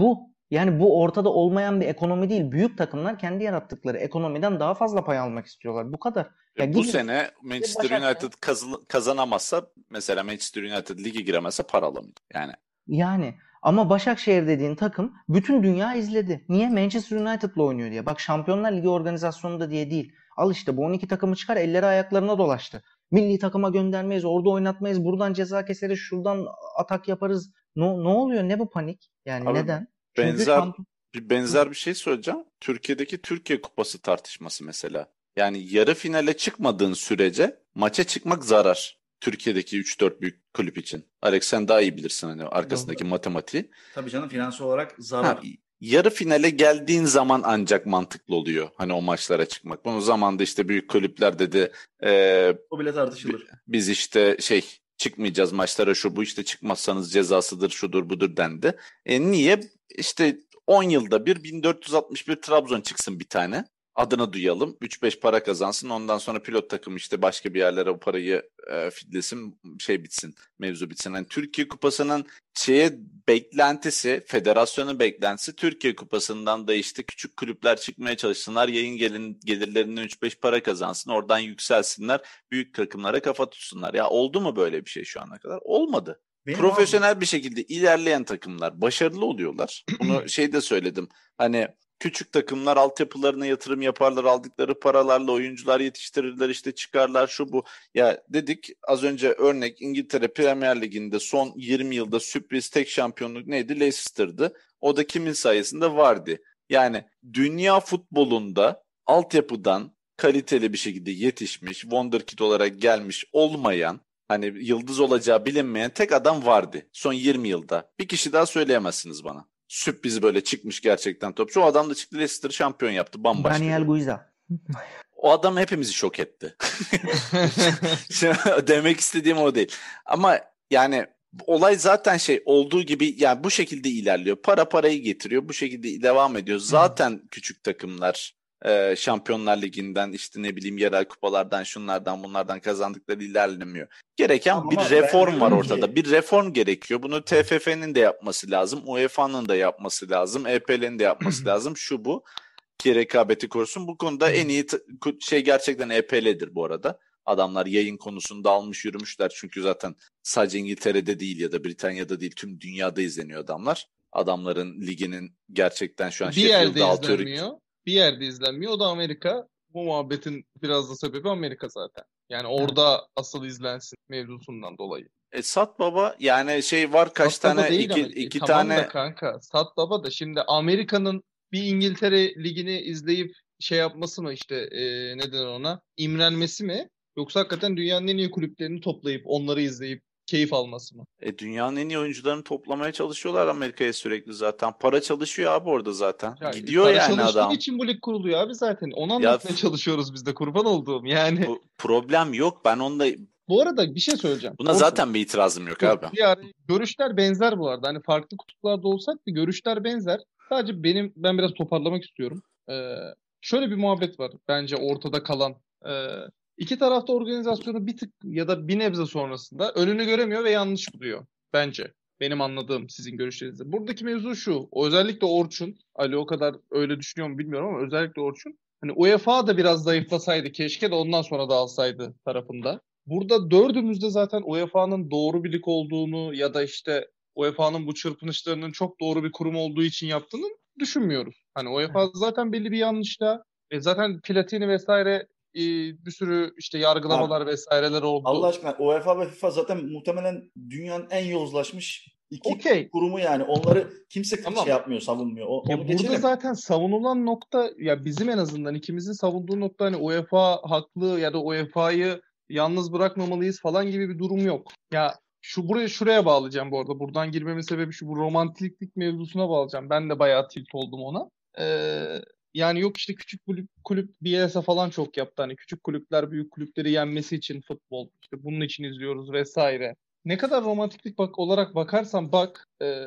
Yani bu ortada olmayan bir ekonomi değil. Büyük takımlar kendi yarattıkları ekonomiden daha fazla pay almak istiyorlar. Bu kadar. Ya E, bu gidin sene Manchester Başakşehir. United kazı- kazanamazsa, mesela Manchester United lige giremezse para alamıyor. Yani Yani ama Başakşehir dediğin takım bütün dünya izledi. Niye? Manchester United'la oynuyor diye. Bak Şampiyonlar Ligi organizasyonunda diye değil. Al işte bu on iki takımı çıkar, elleri ayaklarına dolaştı. Milli takıma göndermeyiz, orada oynatmayız, buradan ceza keseriz, şuradan atak yaparız. Ne, ne oluyor? Ne bu panik? Yani abi, neden? Çünkü benzer şampiyon... bir benzer bir şey söyleyeceğim. Türkiye'deki Türkiye Kupası tartışması mesela. Yani yarı finale çıkmadığın sürece maça çıkmak zarar. Türkiye'deki üç dört büyük kulüp için. Alex sen daha iyi bilirsin hani arkasındaki matematiği. Tabii canım, finansal olarak Ha, zarar. yarı finale geldiğin zaman ancak mantıklı oluyor hani o maçlara çıkmak. Bunun zamanında işte büyük kulüpler dedi e, O bile tartışılır. biz işte şey çıkmayacağız maçlara, şu bu işte çıkmazsanız cezasıdır şudur budur dendi. E niye? İşte on yılda bir bin dört yüz altmış bir Trabzon çıksın bir tane. Adını duyalım. üç beş para kazansın. Ondan sonra pilot takım işte başka bir yerlere o parayı e, fidlesin. Şey bitsin. Mevzu bitsin. Yani Türkiye Kupası'nın şeye beklentisi, federasyonun beklentisi Türkiye Kupası'ndan da işte küçük kulüpler çıkmaya çalışsınlar. Yayın gelin, gelirlerinden üç beş para kazansın. Oradan yükselsinler. Büyük takımlara kafa tutsunlar. Ya oldu mu böyle bir şey şu ana kadar? Olmadı. Benim Profesyonel abi, bir şekilde ilerleyen takımlar başarılı oluyorlar. Bunu şey de söyledim. Hani küçük takımlar altyapılarına yatırım yaparlar, aldıkları paralarla oyuncular yetiştirirler, işte çıkarlar şu bu. Ya dedik az önce örnek İngiltere Premier Ligi'nde son yirmi yılda sürpriz tek şampiyonluk neydi? Leicester'dı. O da kimin sayesinde? vardı. Yani dünya futbolunda altyapıdan kaliteli bir şekilde yetişmiş, wonderkid olarak gelmiş olmayan, hani yıldız olacağı bilinmeyen tek adam vardı son yirmi yılda. Bir kişi daha söyleyemezsiniz bana. Sürpriz böyle çıkmış gerçekten topçu. O adam da çıktı, Leicester şampiyon yaptı. Bambaşka. Daniel bir- Guiza. O adam hepimizi şok etti. Demek istediğim o değil. Ama yani olay zaten şey olduğu gibi yani bu şekilde ilerliyor. Para parayı getiriyor. Bu şekilde devam ediyor. Zaten küçük takımlar e, Şampiyonlar Ligi'nden işte ne bileyim yerel kupalardan şunlardan bunlardan kazandıkları ilerlemiyor. Gereken ama bir ben reform var diyorum ortada. ki Bir reform gerekiyor. Bunu T F F'nin de yapması lazım. U E F A'nın da yapması lazım. E P L'nin de yapması lazım. Şu bu. Ki rekabeti korusun. Bu konuda en iyi t- şey gerçekten E P L'dir bu arada. Adamlar yayın konusunda almış yürümüşler. Çünkü zaten sadece İngiltere'de değil ya da Britanya'da değil tüm dünyada izleniyor adamlar. Adamların liginin gerçekten şu an Bir yerde Sheffield'da altı izlenmiyor. Bir yerde izlenmiyor. O da Amerika. Bu muhabbetin biraz da sebebi Amerika zaten. Yani orada asıl izlensin mevzusundan dolayı. E sat baba yani şey var kaç Sat baba tane değil iki, ama. E, iki tamam da tane kanka. Sat baba da şimdi Amerika'nın bir İngiltere ligini izleyip şey yapması mı işte e, ne denir ona? İmrenmesi mi? Yoksa hakikaten dünyanın en iyi kulüplerini toplayıp onları izleyip keyif alması mı? e, dünyanın en iyi oyuncularını toplamaya çalışıyorlar Amerika'ya sürekli zaten. Para çalışıyor abi orada zaten. Ya, Gidiyor para yani çalıştığı adam. için bu lig kuruluyor abi zaten. Onu Ya anlatmaya çalışıyoruz biz de kurban olduğum. Yani bu problem yok. Ben onda bu arada bir şey söyleyeceğim. buna Orkun, zaten bir itirazım yok dur, abi. bir ara görüşler benzer bu arada. Hani farklı kutuplarda olsak da görüşler benzer. Sadece benim ben biraz toparlamak istiyorum. Ee, şöyle bir muhabbet var bence ortada kalan. Ee, iki tarafta organizasyonu bir tık ya da bir nebze sonrasında önünü göremiyor ve yanlış buluyor bence. Benim anladığım sizin görüşlerinizde. Buradaki mevzu şu. Özellikle Orçun, Ali o kadar öyle düşünüyor mu bilmiyorum ama özellikle Orçun. Hani U E F A da biraz zayıflasaydı keşke de ondan sonra dağılsaydı tarafında. Burada dördümüz de zaten U E F A'nın doğru bir lig olduğunu ya da işte U E F A'nın bu çırpınışlarının çok doğru bir kurum olduğu için yaptığını düşünmüyoruz. Hani U E F A zaten belli bir yanlışla e zaten Platini vesaire e, bir sürü işte abi, yargılamalar vesaireler oldu. Allah aşkına UEFA ve FIFA zaten muhtemelen dünyanın en yozlaşmış iki Okey. kurumu yani. Onları kimse Tamam. şey yapmıyor, savunmuyor. O- Ya onu burada geçelim. zaten savunulan nokta ya bizim en azından ikimizin savunduğu nokta hani U E F A haklı ya da U E F A'yı yalnız bırakmamalıyız falan gibi bir durum yok. Ya şu buraya şuraya bağlayacağım bu arada. Buradan girmemin sebebi şu bu romantiklik mevzusuna bağlayacağım. Ben de bayağı tilt oldum ona. Ee, yani yok işte küçük kulüp, kulüp Bielsa falan çok yaptı. Hani küçük kulüpler büyük kulüpleri yenmesi için futbol. İşte bunun için izliyoruz vesaire. Ne kadar romantiklik bak olarak bakarsan bak ee,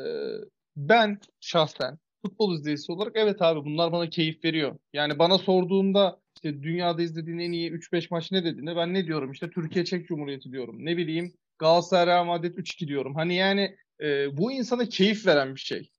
ben şahsen futbol izleyicisi olarak evet abi bunlar bana keyif veriyor. Yani bana sorduğunda işte dünyada izlediğin en iyi üç beş maç ne dediğinde ben ne diyorum? İşte Türkiye Çek Cumhuriyeti diyorum. Ne bileyim Galatasaray Real Madrid üç iki diyorum. Hani yani e, bu insana keyif veren bir şey.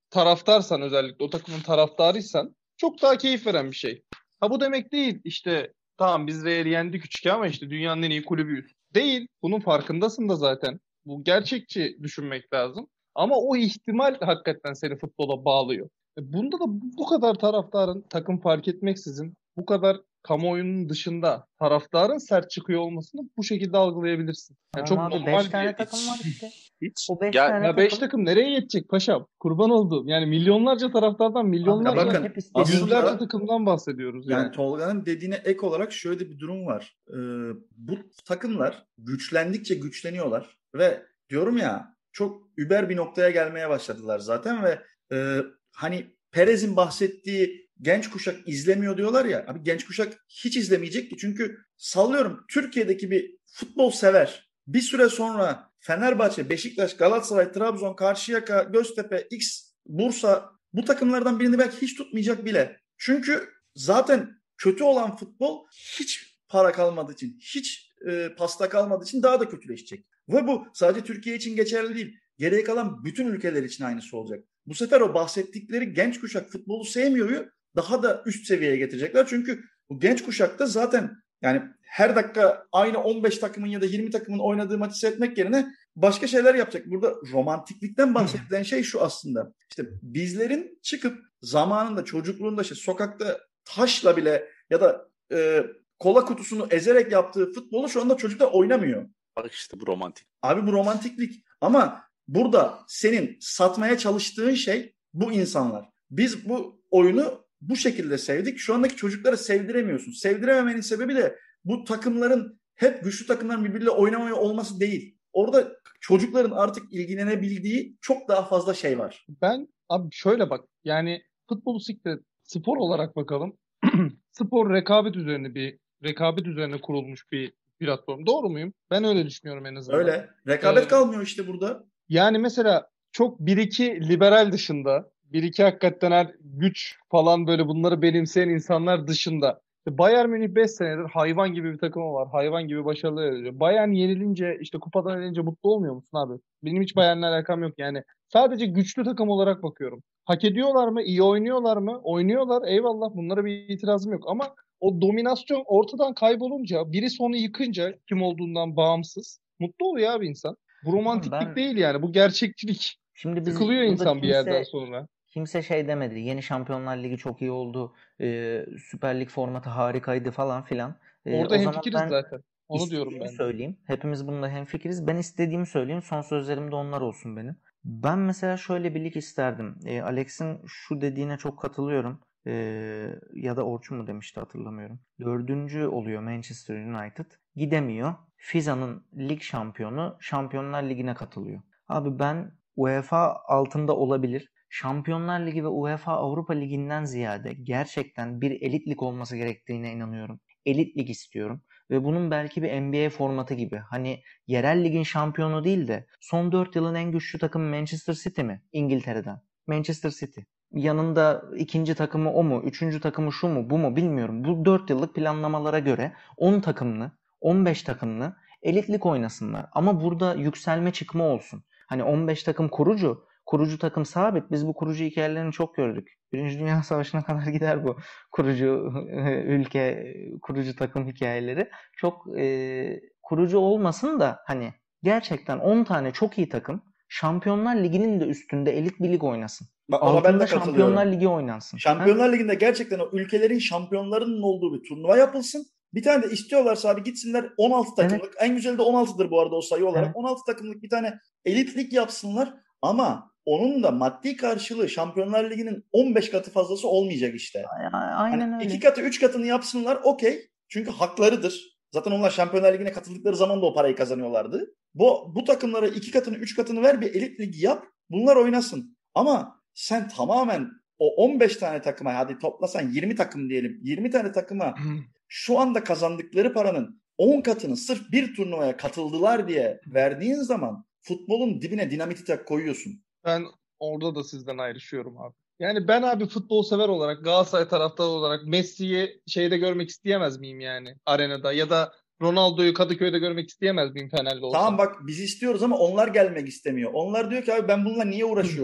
taraftarsan, özellikle o takımın taraftarıysan çok daha keyif veren bir şey. Ha bu demek değil işte tamam biz Real'i yendik üç iki ama işte dünyanın en iyi kulübüyüz. Değil. Bunun farkındasın da zaten. Bu gerçekçi düşünmek lazım. Ama o ihtimal hakikaten seni futbola bağlıyor. E Bunda da bu bu kadar taraftarın, takım fark etmeksizin, bu kadar kamuoyunun dışında taraftarın sert çıkıyor olmasını bu şekilde algılayabilirsin. Yani çok Tamam abi, normal beş bir tane takım var Hiç, işte. hiç. O beş Ya tane ya beş takım takım nereye yetecek paşam? Kurban olduğum. Yani milyonlarca taraftardan, Ya milyonlarca, bakın hep istediği yüzlerce aslında takımdan bahsediyoruz yani yani. Tolga'nın dediğine ek olarak şöyle bir durum var. Ee, bu takımlar güçlendikçe güçleniyorlar ve diyorum ya çok über bir noktaya gelmeye başladılar zaten ve e, hani Perez'in bahsettiği genç kuşak izlemiyor diyorlar ya. Abi genç kuşak hiç izlemeyecek ki çünkü sallıyorum Türkiye'deki bir futbol sever bir süre sonra Fenerbahçe, Beşiktaş, Galatasaray, Trabzon, Karşıyaka, Göztepe, X, Bursa bu takımlardan birini belki hiç tutmayacak bile. Çünkü zaten kötü olan futbol hiç para kalmadığı için, hiç e, pasta kalmadığı için daha da kötüleşecek. Ve bu sadece Türkiye için geçerli değil. Geriye kalan bütün ülkeler için aynısı olacak. Bu sefer o bahsettikleri genç kuşak futbolu sevmiyoryu daha da üst seviyeye getirecekler. Çünkü bu genç kuşakta zaten yani her dakika aynı on beş takımın ya da yirmi takımın oynadığı maçı seyretmek yerine başka şeyler yapacak. Burada romantiklikten bahsedilen şey şu aslında. İşte bizlerin çıkıp zamanında çocukluğunda işte sokakta taşla bile ya da e, kola kutusunu ezerek yaptığı futbolu şu anda çocuklar oynamıyor. Bak işte bu romantik. Abi bu romantiklik. Ama burada senin satmaya çalıştığın şey bu insanlar. Biz bu oyunu bu şekilde sevdik. Şu andaki çocuklara sevdiremiyorsun. Sevdirememenin sebebi de bu takımların hep güçlü takımların birbiriyle oynamaya olması değil. Orada çocukların artık ilgilenebildiği çok daha fazla şey var. Ben abi şöyle bak yani futbolu siktir spor olarak bakalım. Spor rekabet üzerine bir rekabet üzerine kurulmuş bir platform. Doğru muyum? Ben öyle düşünüyorum en azından. Öyle. Rekabet Ee, kalmıyor işte burada. Yani mesela çok bir iki liberal dışında, bir iki hakikaten her güç falan böyle bunları benimseyen insanlar dışında. İşte Bayern Münih beş senedir hayvan gibi bir takımı var. Hayvan gibi başarılı elde ediyor. Bayern yenilince işte kupadan yenilince mutlu olmuyor musun abi? Benim hiç Bayern'le alakam yok yani. Sadece güçlü takım olarak bakıyorum. Hak ediyorlar mı? İyi oynuyorlar mı? Oynuyorlar. Eyvallah, bunlara bir itirazım yok. Ama o dominasyon ortadan kaybolunca, biri sonu yıkınca kim olduğundan bağımsız mutlu oluyor abi insan. Bu romantiklik ben değil yani. Bu gerçekçilik. şimdi biz Sıkılıyor burada insan bir yerden kimse sonra. kimse şey demedi. Yeni Şampiyonlar Ligi çok iyi oldu. e, Süper Lig formatı harikaydı falan filan. E, Orada o zaman hemfikiriz ben zaten. Onu diyorum istediğimi ben de. söyleyeyim. Hepimiz bunda hemfikiriz. Ben istediğimi söyleyeyim. Son sözlerim de onlar olsun benim. Ben mesela şöyle bir lig isterdim. E, Alex'in şu dediğine çok katılıyorum. E, ya da Orçun mu demişti hatırlamıyorum. Dördüncü oluyor Manchester United. Gidemiyor. Fiza'nın lig şampiyonu Şampiyonlar Ligi'ne katılıyor. Abi ben UEFA altında olabilir. Şampiyonlar Ligi ve UEFA Avrupa Ligi'nden ziyade gerçekten bir elit lig olması gerektiğine inanıyorum. Elit lig istiyorum. Ve bunun belki bir N B A formatı gibi. Hani yerel ligin şampiyonu değil de son dört yılın en güçlü takımı Manchester City mi? İngiltere'den. Manchester City. Yanında ikinci takımı o mu? Üçüncü takımı şu mu? Bu mu? Bilmiyorum. Bu dört yıllık planlamalara göre on takımlı, on beş takımlı elit lig oynasınlar. Ama burada yükselme çıkma olsun. Hani on beş takım kurucu, kurucu takım sabit. Biz bu kurucu hikayelerini çok gördük. Birinci Dünya Savaşı'na kadar gider bu kurucu ülke, kurucu takım hikayeleri. Çok e, kurucu olmasın da hani gerçekten on tane çok iyi takım Şampiyonlar Ligi'nin de üstünde elit bir lig oynasın. Bak ona ben Altında de Şampiyonlar katılıyorum. Ligi oynansın. Şampiyonlar Ha? Ligi'nde gerçekten o ülkelerin şampiyonlarının olduğu bir turnuva yapılsın. Bir tane de istiyorlarsa abi gitsinler on altı takımlık. Evet. En güzeli de on altıdır bu arada o sayı olarak. Evet. on altı takımlık bir tane elit lig yapsınlar. Ama onun da maddi karşılığı Şampiyonlar Ligi'nin on beş katı fazlası olmayacak işte. A- Aynen Hani iki öyle. katı üç katını yapsınlar okey. Çünkü haklarıdır. Zaten onlar Şampiyonlar Ligi'ne katıldıkları zaman da o parayı kazanıyorlardı. Bu, bu takımlara iki katını üç katını ver, bir elit ligi yap. Bunlar oynasın. Ama sen tamamen o on beş tane takıma, hadi toplasan yirmi takım diyelim. yirmi tane takıma şu anda kazandıkları paranın on katını sırf bir turnuvaya katıldılar diye verdiğin zaman futbolun dibine dinamiti tak koyuyorsun. Ben orada da sizden ayrışıyorum abi. Yani ben abi futbol sever olarak, Galatasaray taraftarı olarak Messi'yi şeyde görmek isteyemez miyim yani arenada, ya da Ronaldo'yu Kadıköy'de görmek isteyemez miyim Fenerli olsam? Tamam bak biz istiyoruz ama onlar gelmek istemiyor. Onlar diyor ki abi ben bununla niye uğraşıyorum?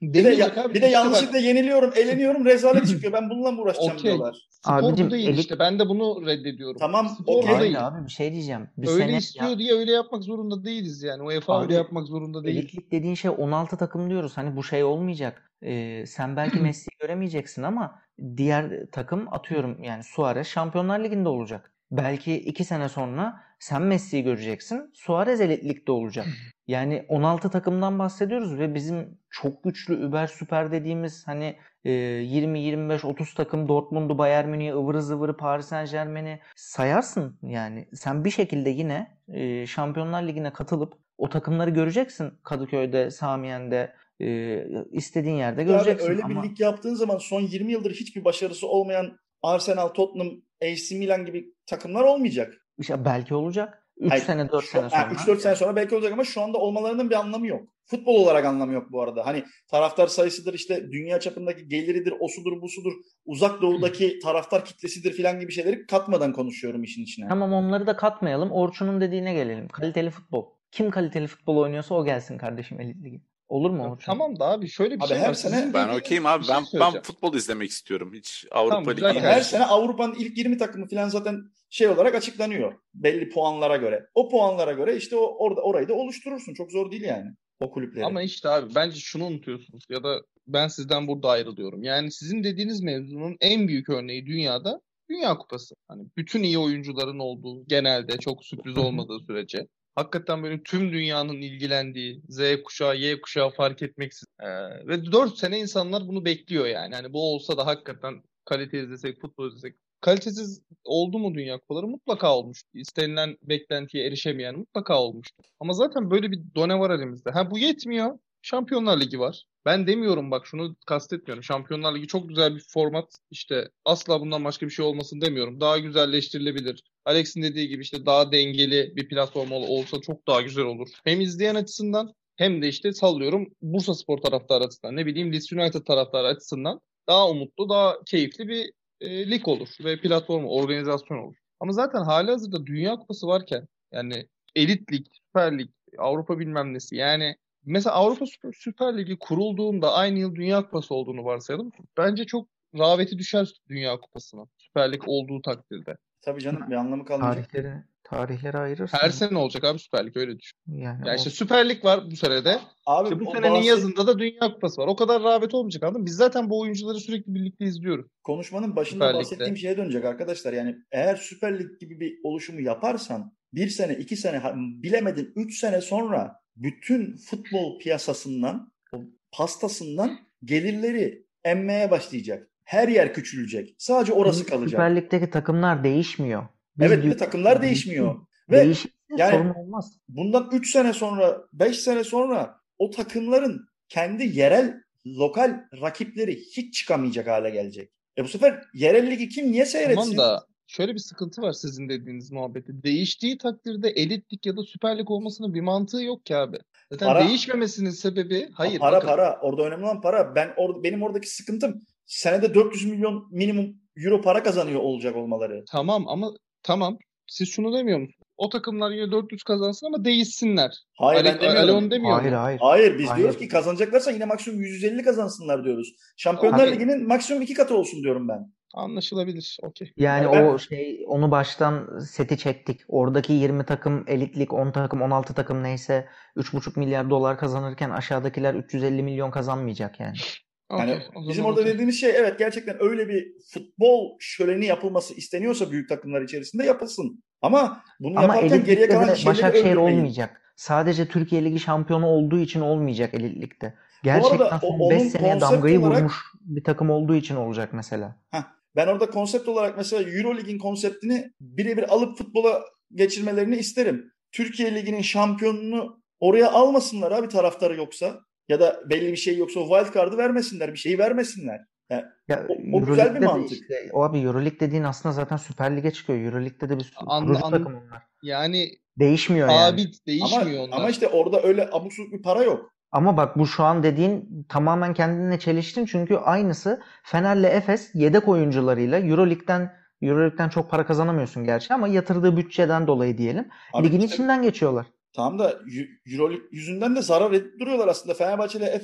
Bir de, Demiyorsak ya, abi, bir de işte yanlışlıkla bak, yeniliyorum, eleniyorum, rezalet çıkıyor. Ben bununla mı uğraşacağım okey. diyorlar. Spor Abicim bu değil elit işte. Ben de bunu reddediyorum. Tamam, Spor bu okey. hayır değil. abi bir şey diyeceğim. Bir Öyle sene istiyor ya diye öyle yapmak zorunda değiliz yani. UEFA öyle abi yapmak zorunda değil. elitlik dediğin şey on altı takım diyoruz. Hani bu şey olmayacak. Ee, sen belki Messi'yi göremeyeceksin ama diğer takım atıyorum yani Suarez Şampiyonlar Ligi'nde olacak. Belki iki sene sonra sen Messi'yi göreceksin. Suarez elitlikte olacak. Yani on altı takımdan bahsediyoruz ve bizim çok güçlü über süper dediğimiz hani e, yirmi yirmi beş otuz takım Dortmund'u, Bayern Münih'i, ıvırı zıvırı Paris Saint-Germain'i sayarsın yani. Sen bir şekilde yine e, Şampiyonlar Ligi'ne katılıp o takımları göreceksin Kadıköy'de, Samiyen'de, e, istediğin yerde Abi göreceksin öyle bir ama lig yaptığın zaman son yirmi yıldır hiçbir başarısı olmayan Arsenal, Tottenham, A C Milan gibi takımlar olmayacak. işte belki olacak. üç Hayır, sene dört şu, sene yani sonra. üç dört sene sonra belki olacak ama şu anda olmalarının bir anlamı yok. Futbol olarak anlamı yok bu arada. Hani taraftar sayısıdır, işte dünya çapındaki geliridir, osudur, busudur, uzak doğudaki taraftar kitlesidir filan gibi şeyleri katmadan konuşuyorum işin içine. Tamam onları da katmayalım. Orçun'un dediğine gelelim. Kaliteli futbol. Kim kaliteli futbol oynuyorsa o gelsin kardeşim Elit Ligi. Olur mu Ya Orçun? tamam da abi şöyle bir Abi şey her var. sene- Sizin Ben dediğiniz okeyim abi. bir şey Ben ben söyleyeceğim. futbol izlemek istiyorum. Hiç Avrupa Tamam, Ligi güzel Abi kardeşim. her sene Avrupa'nın ilk yirmi takımı filan zaten şey olarak açıklanıyor. Belli puanlara göre. O puanlara göre işte o orada orayı da oluşturursun. Çok zor değil yani o kulüpleri. Ama işte abi bence şunu unutuyorsunuz ya da ben sizden burada ayrılıyorum. Yani sizin dediğiniz mevzunun en büyük örneği dünyada Dünya Kupası. Hani bütün iyi oyuncuların olduğu, genelde çok sürpriz olmadığı sürece hakikaten böyle tüm dünyanın ilgilendiği, Z kuşağı, Y kuşağı fark etmeksizin. Ee, ve dört sene insanlar bunu bekliyor yani. Hani bu olsa da hakikaten kalite izlesek, futbol izlesek. Kalitesiz oldu mu Dünya Kupaları? Mutlaka olmuştu. İstenilen beklentiye erişemeyen mutlaka olmuştu. Ama zaten böyle bir done var elimizde. Ha bu yetmiyor. Şampiyonlar Ligi var. Ben demiyorum, bak şunu kastetmiyorum. Şampiyonlar Ligi çok güzel bir format. İşte asla bundan başka bir şey olmasın demiyorum. Daha güzelleştirilebilir. Alex'in dediği gibi işte daha dengeli bir platform ol- olsa çok daha güzel olur. Hem izleyen açısından hem de işte sallıyorum Bursaspor taraftarı açısından, ne bileyim Leeds United taraftarı açısından daha umutlu, daha keyifli bir e, lig olur ve platform, organizasyon olur. Ama zaten halihazırda Dünya Kupası varken yani elit lig, süper lig, Avrupa bilmem nesi yani mesela Avrupa Süper, Süper Ligi kurulduğunda aynı yıl Dünya Kupası olduğunu varsayalım. Bence çok rağbeti düşer Dünya Kupası'na. Süper Lig olduğu takdirde. Tabii canım, bir anlamı kalmayacak. Tarihleri, tarihleri ayırırsın. Her sene olacak abi Süper Lig, öyle düşün. Yani Ya o- işte Süper Lig var bu senede. Abi İşte bu o senenin bahsi- yazında da Dünya Kupası var. O kadar rağbet olmayacak, anladın mı? Biz zaten bu oyuncuları sürekli birlikte izliyoruz. konuşmanın başında Süper bahsettiğim Lig'de. şeye dönecek arkadaşlar. Yani eğer Süper Lig gibi bir oluşumu yaparsan bir sene, iki sene, ha- bilemedin üç sene sonra bütün futbol piyasasından, o pastasından gelirleri emmeye başlayacak. Her yer küçülecek. Sadece orası Şimdi kalacak. Süper Lig'deki takımlar değişmiyor. Biz Evet, bir de diyoruz takımlar ki değişmiyor. değişsin. Ve Değişirse yani sorun olmaz. bundan üç sene sonra, beş sene sonra o takımların kendi yerel, lokal rakipleri hiç çıkamayacak hale gelecek. E bu sefer yerel ligi kim niye seyretsin? Tamam da şöyle bir sıkıntı var sizin dediğiniz muhabbeti. Değiştiği takdirde elit lig ya da Süper Lig olmasının bir mantığı yok ki abi. Zaten Para- değişmemesinin sebebi hayır para bakın. para. Orada önemli olan para. Ben orada benim oradaki sıkıntım senede dört yüz milyon minimum euro para kazanıyor olacak olmaları. Tamam ama tamam. Siz şunu demiyor musunuz? O takımlar yine dört yüz kazansın ama değişsinler. Hayır, Ali, ben demiyorum. Ali onu demiyor Hayır mu? hayır. Hayır, biz Hayır. diyoruz ki kazanacaklarsa yine maksimum yüz elli kazansınlar diyoruz. Şampiyonlar Okey. Ligi'nin maksimum iki katı olsun diyorum ben. Anlaşılabilir. Okey. Yani Yani ben- o şey onu baştan seti çektik. Oradaki yirmi takım elitlik, on takım, on altı takım neyse üç buçuk milyar dolar kazanırken aşağıdakiler üç yüz elli milyon kazanmayacak yani. Yani Okey, o bizim zaman orada okey. dediğimiz şey, evet, gerçekten öyle bir futbol şöleni yapılması isteniyorsa büyük takımlar içerisinde yapılsın. Ama bunu Ama yaparken elit geriye ligde kalan de şeyleri Başakşehir öldürmeyin. olmayacak. Sadece Türkiye Ligi şampiyonu olduğu için olmayacak elit ligde. arada Gerçekten o- son beş onun seneye konsept damgayı olarak- vurmuş bir takım olduğu için olacak mesela. Heh, ben orada konsept olarak mesela Eurolig'in konseptini birebir alıp futbola geçirmelerini isterim. Türkiye Ligi'nin şampiyonunu oraya almasınlar abi, taraftarı yoksa. Ya da belli bir şey yoksa o wild card'ı vermesinler. Bir şeyi vermesinler. Yani Ya O- o güzel bir Euroleague'de de mantık. Işte, o abi Euroleague dediğin aslında zaten Süper Lig'e çıkıyor. Euroleague'de de bir An- kurucu an- takım onlar. Yani Değişmiyor yani. sabit değişmiyor ama onlar. ama işte orada öyle abuk subuk bir para yok. Ama bak bu şu an dediğin tamamen kendine çeliştin çünkü aynısı Fener'le Efes yedek oyuncularıyla Euroleague'den Euroleague'den çok para kazanamıyorsun gerçi ama yatırdığı bütçeden dolayı diyelim. Abi Ligin işte- içinden geçiyorlar. Tamam da Eu- Euroleague yüzünden de zarar edip duruyorlar aslında. Fenerbahçe ile Efes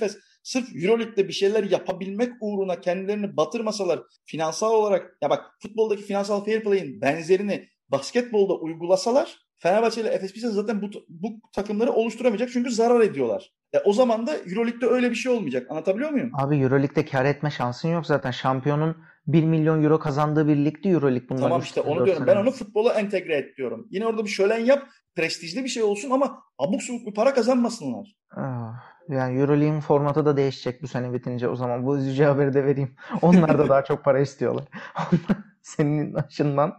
sırf Euroleague'de bir şeyler yapabilmek uğruna kendilerini batırmasalar, finansal olarak, ya bak futboldaki finansal fair play'in benzerini basketbolda uygulasalar, Fenerbahçe ile Efes Pilsen zaten bu, bu takımları oluşturamayacak çünkü zarar ediyorlar. E o zaman da Euroleague'de öyle bir şey olmayacak. Anlatabiliyor muyum? Abi Euroleague'de kar etme şansın yok zaten. Şampiyonun bir milyon euro kazandığı bir ligdi Euroleague bundan. Tamam işte onu diyorum. Ben onu futbola entegre et diyorum. Yine orada bir şölen yap, prestijli bir şey olsun ama abuk subuk bir para kazanmasınlar. Yani Euroleague'in formatı da değişecek bu sene bitince. O zaman bu üzücü haberi de vereyim. Onlar da daha çok para istiyorlar. Senin açından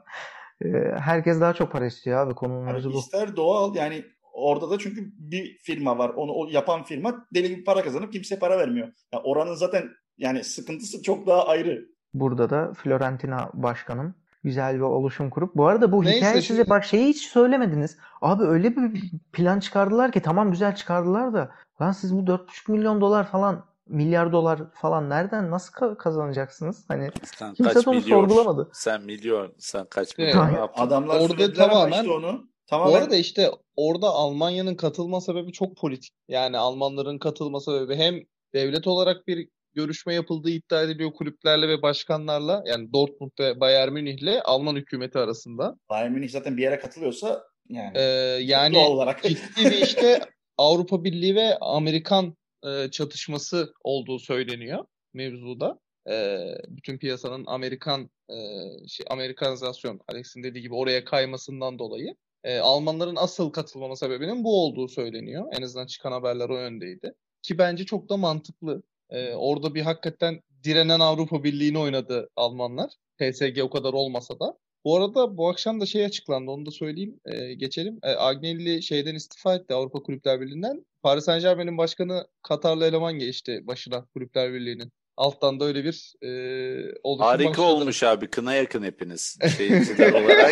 herkes daha çok para istiyor abi. Konunun özü bu. İster doğal yani orada da çünkü bir firma var. Onu o yapan firma deli gibi para kazanıp kimseye para vermiyor. Yani oranın zaten yani sıkıntısı çok daha ayrı. Burada da Fiorentina başkanım güzel bir oluşum kurup. Bu arada bu Neyse, hikaye şu... size bak şeyi hiç söylemediniz. Abi öyle bir plan çıkardılar ki tamam güzel çıkardılar da lan siz bu dört buçuk milyon dolar falan milyar dolar falan nereden nasıl kazanacaksınız? Hani sen kimse onu sorgulamadı. Sen milyon, sen kaç evet. milyon yaptın? Adamlar orada tamamen işte onu. Tamamen... Bu arada işte orada Almanya'nın katılma sebebi çok politik. Yani Almanların katılma sebebi hem devlet olarak bir görüşme yapıldığı iddia ediliyor kulüplerle ve başkanlarla. Yani Dortmund ve Bayern Münih'le Alman hükümeti arasında. Bayern Münih zaten bir yere katılıyorsa yani, ee, yani doğal olarak ciddi bir işte Avrupa Birliği ve Amerikan e, çatışması olduğu söyleniyor mevzuda. E, bütün piyasanın Amerikan e, şey, Amerikanizasyon, Alex'in dediği gibi oraya kaymasından dolayı. E, Almanların asıl katılmama sebebinin bu olduğu söyleniyor. En azından çıkan haberler o yöndeydi. Ki bence çok da mantıklı. E, orada bir hakikaten direnen Avrupa Birliği'ni oynadı Almanlar. P S G o kadar olmasa da. Bu arada bu akşam da şey açıklandı, onu da söyleyeyim, e, geçelim. E, Agnelli şeyden istifa etti, Avrupa Kulüpler Birliği'nden. Paris Saint-Germain'in başkanı Katarlı eleman geçti başına Kulüpler Birliği'nin. Alttan da öyle bir e, oluşum harika başladı. Olmuş abi. Kına yakın hepiniz. Şeyciler olarak.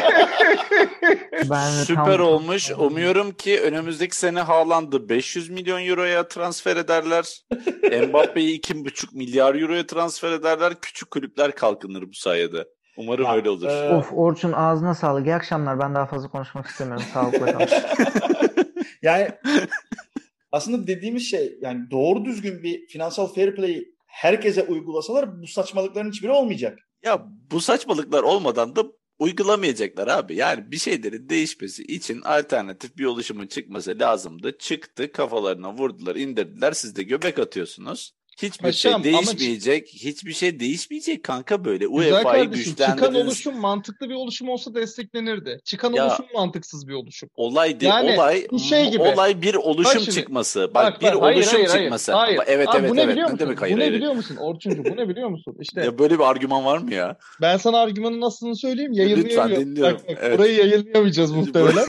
Ben Süper tam... olmuş. Umuyorum ki önümüzdeki sene Haaland'ı beş yüz milyon euroya transfer ederler. Mbappe'yi iki buçuk milyar euroya transfer ederler. Küçük kulüpler kalkınır bu sayede. Umarım ya, öyle olur. E... Of Orçun ağzına sağlık. İyi akşamlar. Ben daha fazla konuşmak istemiyorum. Sağlıkla kalın. Yani aslında dediğimiz şey yani doğru düzgün bir finansal fair play herkese uygulasalar bu saçmalıkların hiçbiri olmayacak. Ya bu saçmalıklar olmadan da uygulamayacaklar abi. Yani bir şeylerin değişmesi için alternatif bir oluşumun çıkması lazımdı. Çıktı, kafalarına vurdular, indirdiler. Siz de göbek atıyorsunuz. Hiçbir Paşam, şey değişmeyecek. Ama... Hiçbir şey değişmeyecek kanka böyle. U E F A'yı güçlendirdiniz. Çıkan oluşum mantıklı bir oluşum olsa desteklenirdi. Çıkan ya, oluşum mantıksız bir oluşum. Olay değil. Yani olay şey gibi. Olay bir oluşum bak çıkması. Bak, bak bir bak, oluşum hayır, hayır, çıkması. Hayır. Evet Abi, evet bu ne evet. Biliyor ne musun? demek hayır? Bu ne hayır. biliyor musun Orçuncu? Bu ne biliyor musun? İşte ya böyle bir argüman var mı ya? Ben sana argümanın aslını söyleyeyim. Yayınlayamıyorum. Lütfen dinliyorum. Bak, bak, evet. Burayı yayınlayamayacağız muhtemelen.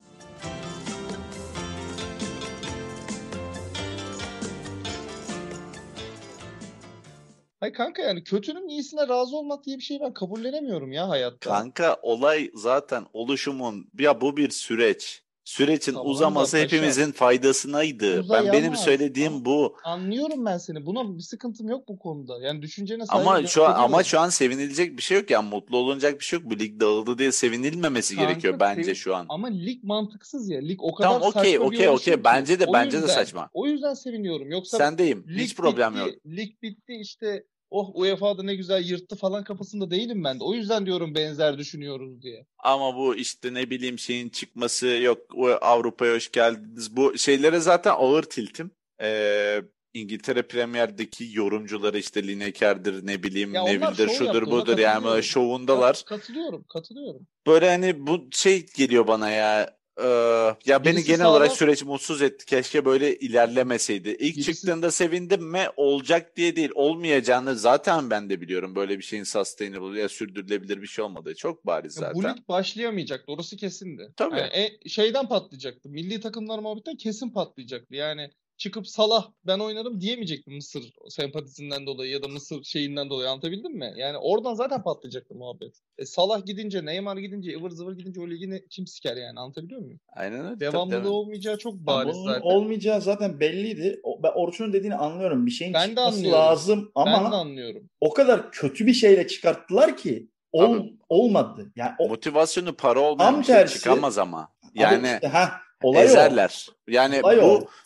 Hayır kanka yani kötünün iyisine razı olmak diye bir şey ben kabullenemiyorum ya hayatta. Kanka olay zaten oluşumun ya bu bir süreç. Sürecin tamam uzaması hepimizin faydasınaydı. Uzayamaz. Ben benim söylediğim tamam. bu. Anlıyorum ben seni. Buna bir sıkıntım yok bu konuda. Yani düşüncene saygı Ama şu an ama şu an sevinilecek bir şey yok yani mutlu olunacak bir şey yok. Bu lig dağıldı diye sevinilmemesi kanka, gerekiyor bence sev... şu an. Ama lig mantıksız ya. Lig o kadar tamam, okay, saçma okay, bir okay. oluşum Bence de o bence yüzden, de saçma. O yüzden seviniyorum. Yoksa sendeyim. Hiç problem bitti, yok. Lig bitti işte. Oh U E F A'da ne güzel yırttı falan kafasında değilim ben de. O yüzden diyorum benzer düşünüyoruz diye. Ama bu işte ne bileyim şeyin çıkması yok Avrupa'ya hoş geldiniz. Bu şeylere zaten ağır tiltim. Ee, İngiltere Premier'deki yorumcuları işte Lineker'dir ne bileyim ya Neville'dir şudur yaptı, budur yani şovundalar. Katılıyorum katılıyorum. Böyle hani bu şey geliyor bana ya. Ee, ya beni Birisi genel sağlam... olarak süreç mutsuz etti. Keşke böyle ilerlemeseydi. İlk Birisi... çıktığında sevindim mi? Olacak diye değil. Olmayacağını zaten ben de biliyorum. Böyle bir şeyin sustainable ya sürdürülebilir bir şey olmadığı çok bariz zaten. Ya bu lig başlayamayacaktı. Orası kesindi. Tabii. Yani e, şeyden patlayacaktı. Milli takımlar muhabbetten kesin patlayacaktı. Yani çıkıp Salah ben oynarım diyemeyecekti Mısır sempatisinden dolayı ya da Mısır şeyinden dolayı, anlatabildim mi? Yani oradan zaten patlayacaktı muhabbet. E, Salah gidince, Neymar gidince, ıvır zıvır gidince o ligini kim siker yani, anlatabiliyor muyum? Aynen öyle. Devamlılığı tabii, olmayacağı çok bariz ama zaten. Olmayacağı zaten belliydi. Ben Orçun'un dediğini anlıyorum. Bir şeyin ben çıkması lazım ama ben de anlıyorum. O kadar kötü bir şeyle çıkarttılar ki ol, olmadı. Yani o, motivasyonu para olmayan bir şey çıkamaz ama. Yani işte, heh, olay ezerler. O. Yani olay bu o.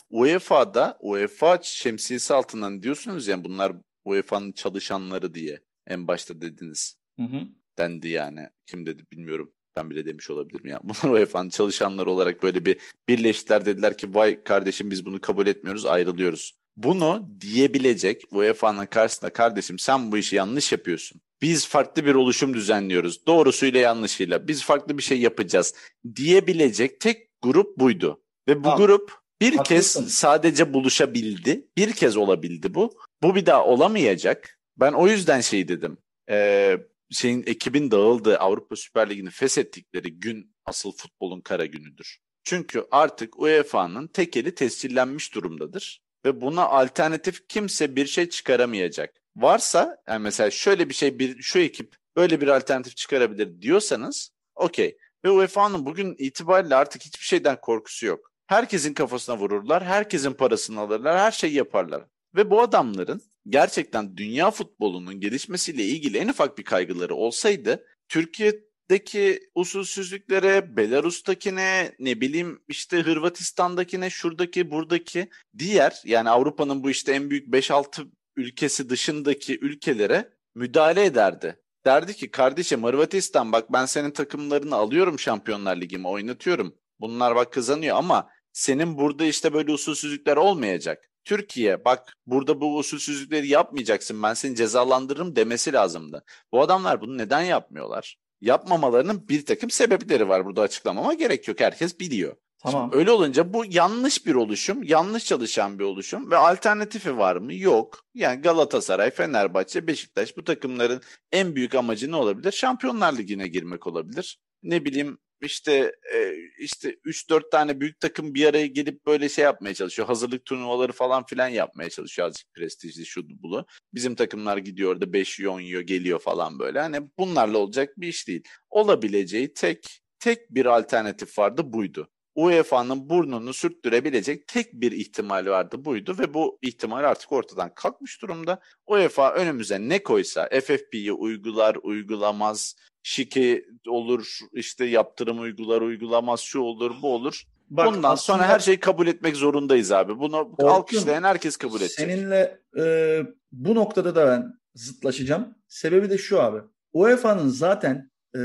U E F A'da U E F A şemsiyesi altından diyorsunuz yani bunlar U E F A'nın çalışanları diye en başta dediniz. Hı hı. Dendi yani. Kim dedi bilmiyorum. Ben bile demiş olabilirim ya. Bunlar U E F A'nın çalışanları olarak böyle bir birleştiler, dediler ki vay kardeşim biz bunu kabul etmiyoruz, ayrılıyoruz. Bunu diyebilecek U E F A'nın karşısında kardeşim sen bu işi yanlış yapıyorsun. Biz farklı bir oluşum düzenliyoruz. Doğrusuyla yanlışıyla. Biz farklı bir şey yapacağız diyebilecek tek grup buydu. Ve bu Tamam. grup bir Haklısın. kez sadece buluşabildi. Bir kez olabildi bu. Bu bir daha olamayacak. Ben o yüzden şey dedim. Ee, şeyin ekibin dağıldığı Avrupa Süper Ligi'ni feshettikleri gün asıl futbolun kara günüdür. Çünkü artık U E F A'nın tekeli tescillenmiş durumdadır. Ve buna alternatif kimse bir şey çıkaramayacak. Varsa yani mesela şöyle bir şey bir şu ekip böyle bir alternatif çıkarabilir diyorsanız okey. Ve U E F A'nın bugün itibariyle artık hiçbir şeyden korkusu yok. Herkesin kafasına vururlar, herkesin parasını alırlar, her şeyi yaparlar. Ve bu adamların gerçekten dünya futbolunun gelişmesiyle ilgili en ufak bir kaygıları olsaydı Türkiye'deki usulsüzlüklere, Belarus'takine, ne bileyim işte Hırvatistan'dakine, şuradaki, buradaki diğer yani Avrupa'nın bu işte en büyük beş altı ülkesi dışındaki ülkelere müdahale ederdi. Derdi ki kardeşim Hırvatistan bak ben senin takımlarını alıyorum Şampiyonlar Ligi'me oynatıyorum. Bunlar bak kazanıyor ama senin burada işte böyle usulsüzlükler olmayacak. Türkiye bak burada bu usulsüzlükleri yapmayacaksın ben seni cezalandırırım demesi lazımdı. Bu adamlar bunu neden yapmıyorlar? Yapmamalarının bir takım sebepleri var, burada açıklamama gerek yok, herkes biliyor. Tamam. Şimdi öyle olunca bu yanlış bir oluşum, yanlış çalışan bir oluşum ve alternatifi var mı? Yok. Yani Galatasaray, Fenerbahçe, Beşiktaş bu takımların en büyük amacı ne olabilir? Şampiyonlar Ligi'ne girmek olabilir. Ne bileyim işte e, işte üç dört tane büyük takım bir araya gelip böyle şey yapmaya çalışıyor. Hazırlık turnuvaları falan filan yapmaya çalışıyor. Azıcık prestijli şu bu. Bizim takımlar gidiyor da beş yiyor, on yiyor, geliyor falan böyle. Hani bunlarla olacak bir iş değil. Olabileceği tek tek bir alternatif vardı, buydu. U E F A'nın burnunu sürttürebilecek tek bir ihtimal vardı, buydu ve bu ihtimal artık ortadan kalkmış durumda. U E F A önümüze ne koysa F F P'yi uygular, uygulamaz, şike olur, işte yaptırım uygular, uygulamaz, şu olur, bu olur. Bak, bundan sonra her şeyi kabul etmek zorundayız abi. Bunu Orkun, alkışlayan herkes kabul edecek. Seninle e, bu noktada da ben zıtlaşacağım. Sebebi de şu abi. U E F A'nın zaten e,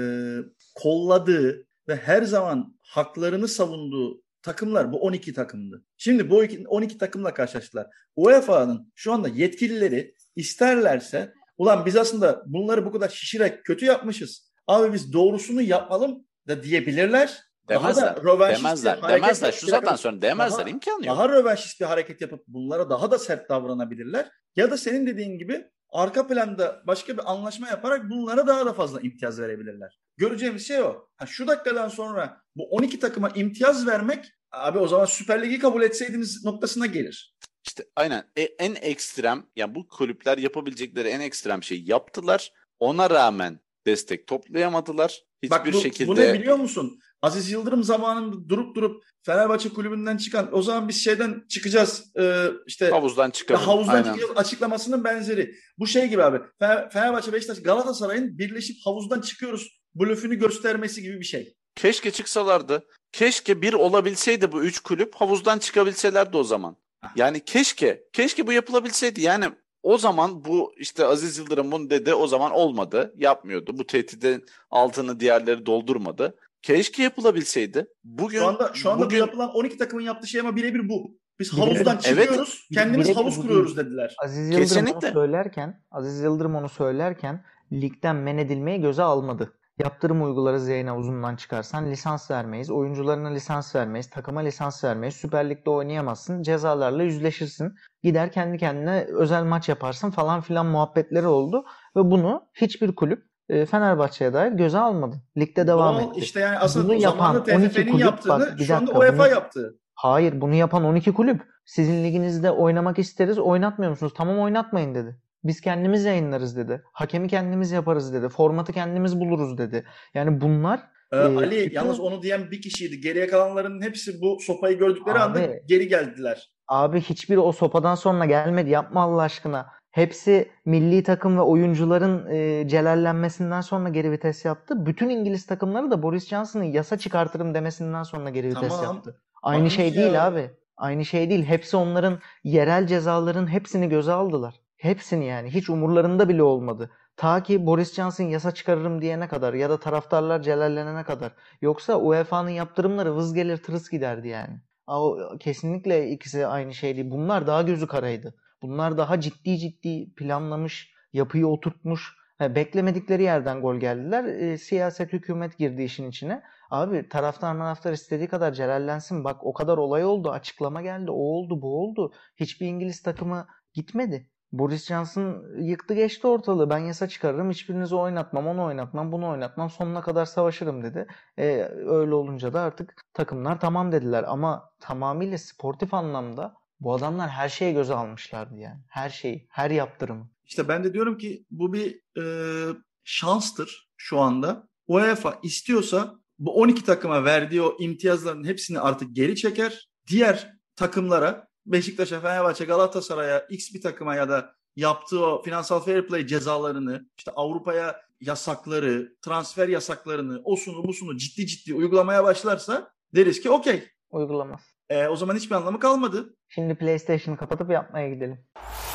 kolladığı ve her zaman haklarını savunduğu takımlar bu on iki takımdı. Şimdi bu on iki takımla karşılaştılar. U E F A'nın şu anda yetkilileri isterlerse ulan biz aslında bunları bu kadar şişirerek kötü yapmışız. Abi biz doğrusunu yapalım da diyebilirler. Demezler. Demezler. Demezler. Şu zaten sonra demezler. Daha, imkanı yok. Daha rövanşist bir hareket yapıp bunlara daha da sert davranabilirler. Ya da senin dediğin gibi arka planda başka bir anlaşma yaparak bunlara daha da fazla imtiyaz verebilirler. Göreceğimiz şey o. Ha, şu dakikadan sonra bu on iki takıma imtiyaz vermek abi o zaman Süper Lig'i kabul etseydiniz noktasına gelir. İşte aynen e, en ekstrem yani bu kulüpler yapabilecekleri en ekstrem şeyi yaptılar. Ona rağmen destek toplayamadılar. Hiçbir Bak bu, şekilde. Bu ne biliyor musun? Aziz Yıldırım zamanında durup durup Fenerbahçe kulübünden çıkan o zaman biz şeyden çıkacağız e, işte havuzdan çıkalım. Havuzdan çıkacağız açıklamasının benzeri. Bu şey gibi abi. Fenerbahçe, Beşiktaş, Galatasaray'ın birleşip havuzdan çıkıyoruz blöfünü göstermesi gibi bir şey. Keşke çıksalardı. Keşke bir olabilseydi bu üç kulüp havuzdan çıkabilselerdi o zaman. Yani keşke. Keşke bu yapılabilseydi. Yani o zaman bu işte Aziz Yıldırım bunu dedi, o zaman olmadı. Yapmıyordu. Bu tehditin altını diğerleri doldurmadı. Keşke yapılabilseydi. Bugün şu anda şu anda bugün... bu yapılan on iki takımın yaptığı şey ama birebir bu. Biz havuzdan çıkıyoruz, evet, kendimiz birebir havuz kuruyoruz dediler. Aziz Yıldırım Kesinlikle. onu söylerken, Aziz Yıldırım onu söylerken ligden men edilmeyi göze almadı. Yaptırım uygularız yayın havuzundan çıkarsan, lisans vermeyiz, oyuncularına lisans vermeyiz, takıma lisans vermeyiz, Süper Lig'de oynayamazsın, cezalarla yüzleşirsin, gider kendi kendine özel maç yaparsın falan filan muhabbetleri oldu ve bunu hiçbir kulüp Fenerbahçe'ye dair göze almadı. Ligde devam Doğal, etti. işte yani aslında bunu yapan on iki kulüp yaptığını bak, şu anda dakika, U E F A bunu, yaptı. Hayır, bunu yapan on iki kulüp sizin liginizde oynamak isteriz, oynatmıyor musunuz? Tamam, oynatmayın dedi. Biz kendimiz yayınlarız dedi. Hakemi kendimiz yaparız dedi. Formatı kendimiz buluruz dedi. Yani bunlar... Ee, e, Ali bütün... yalnız onu diyen bir kişiydi. Geriye kalanların hepsi bu sopayı gördükleri abi, anda geri geldiler. Abi hiçbiri o sopadan sonra gelmedi. Yapma Allah aşkına. Hepsi milli takım ve oyuncuların e, celallenmesinden sonra geri vites yaptı. Bütün İngiliz takımları da Boris Johnson'ın yasa çıkartırım demesinden sonra geri vites tamam. yaptı. Aynı şey değil ya. abi. Aynı şey değil. Hepsi onların yerel cezaların hepsini göze aldılar. Hepsini yani. Hiç umurlarında bile olmadı. Ta ki Boris Johnson yasa çıkarırım diyene kadar ya da taraftarlar celallenene kadar. Yoksa U E F A'nın yaptırımları vız gelir tırıs giderdi yani. O, kesinlikle ikisi aynı şey değil. Bunlar daha gözü karaydı. Bunlar daha ciddi ciddi planlamış, yapıyı oturtmuş. Ha, beklemedikleri yerden gol geldiler. E, siyaset, hükümet girdi işin içine. Abi taraftar taraftar istediği kadar celallensin. Bak o kadar olay oldu. Açıklama geldi. O oldu, bu oldu. Hiçbir İngiliz takımı gitmedi. Boris Johnson yıktı geçti ortalığı. Ben yasa çıkarırım. Hiçbirinizi oynatmam. Onu oynatmam. Bunu oynatmam. Sonuna kadar savaşırım dedi. E, öyle olunca da artık takımlar tamam dediler. Ama tamamıyla sportif anlamda bu adamlar her şeyi göze almışlardı yani. Her şeyi. Her yaptırımı. İşte ben de diyorum ki bu bir e, şanstır şu anda. UEFA istiyorsa bu on iki takıma verdiği o imtiyazların hepsini artık geri çeker. Diğer takımlara, Beşiktaş'a, Fenerbahçe, Galatasaray'a, X bir takıma ya da yaptığı o finansal fair play cezalarını, işte Avrupa'ya yasakları, transfer yasaklarını, osunu busunu ciddi ciddi uygulamaya başlarsa deriz ki okey. Uygulamaz. E, o zaman hiçbir anlamı kalmadı. Şimdi PlayStation'ı kapatıp yapmaya gidelim.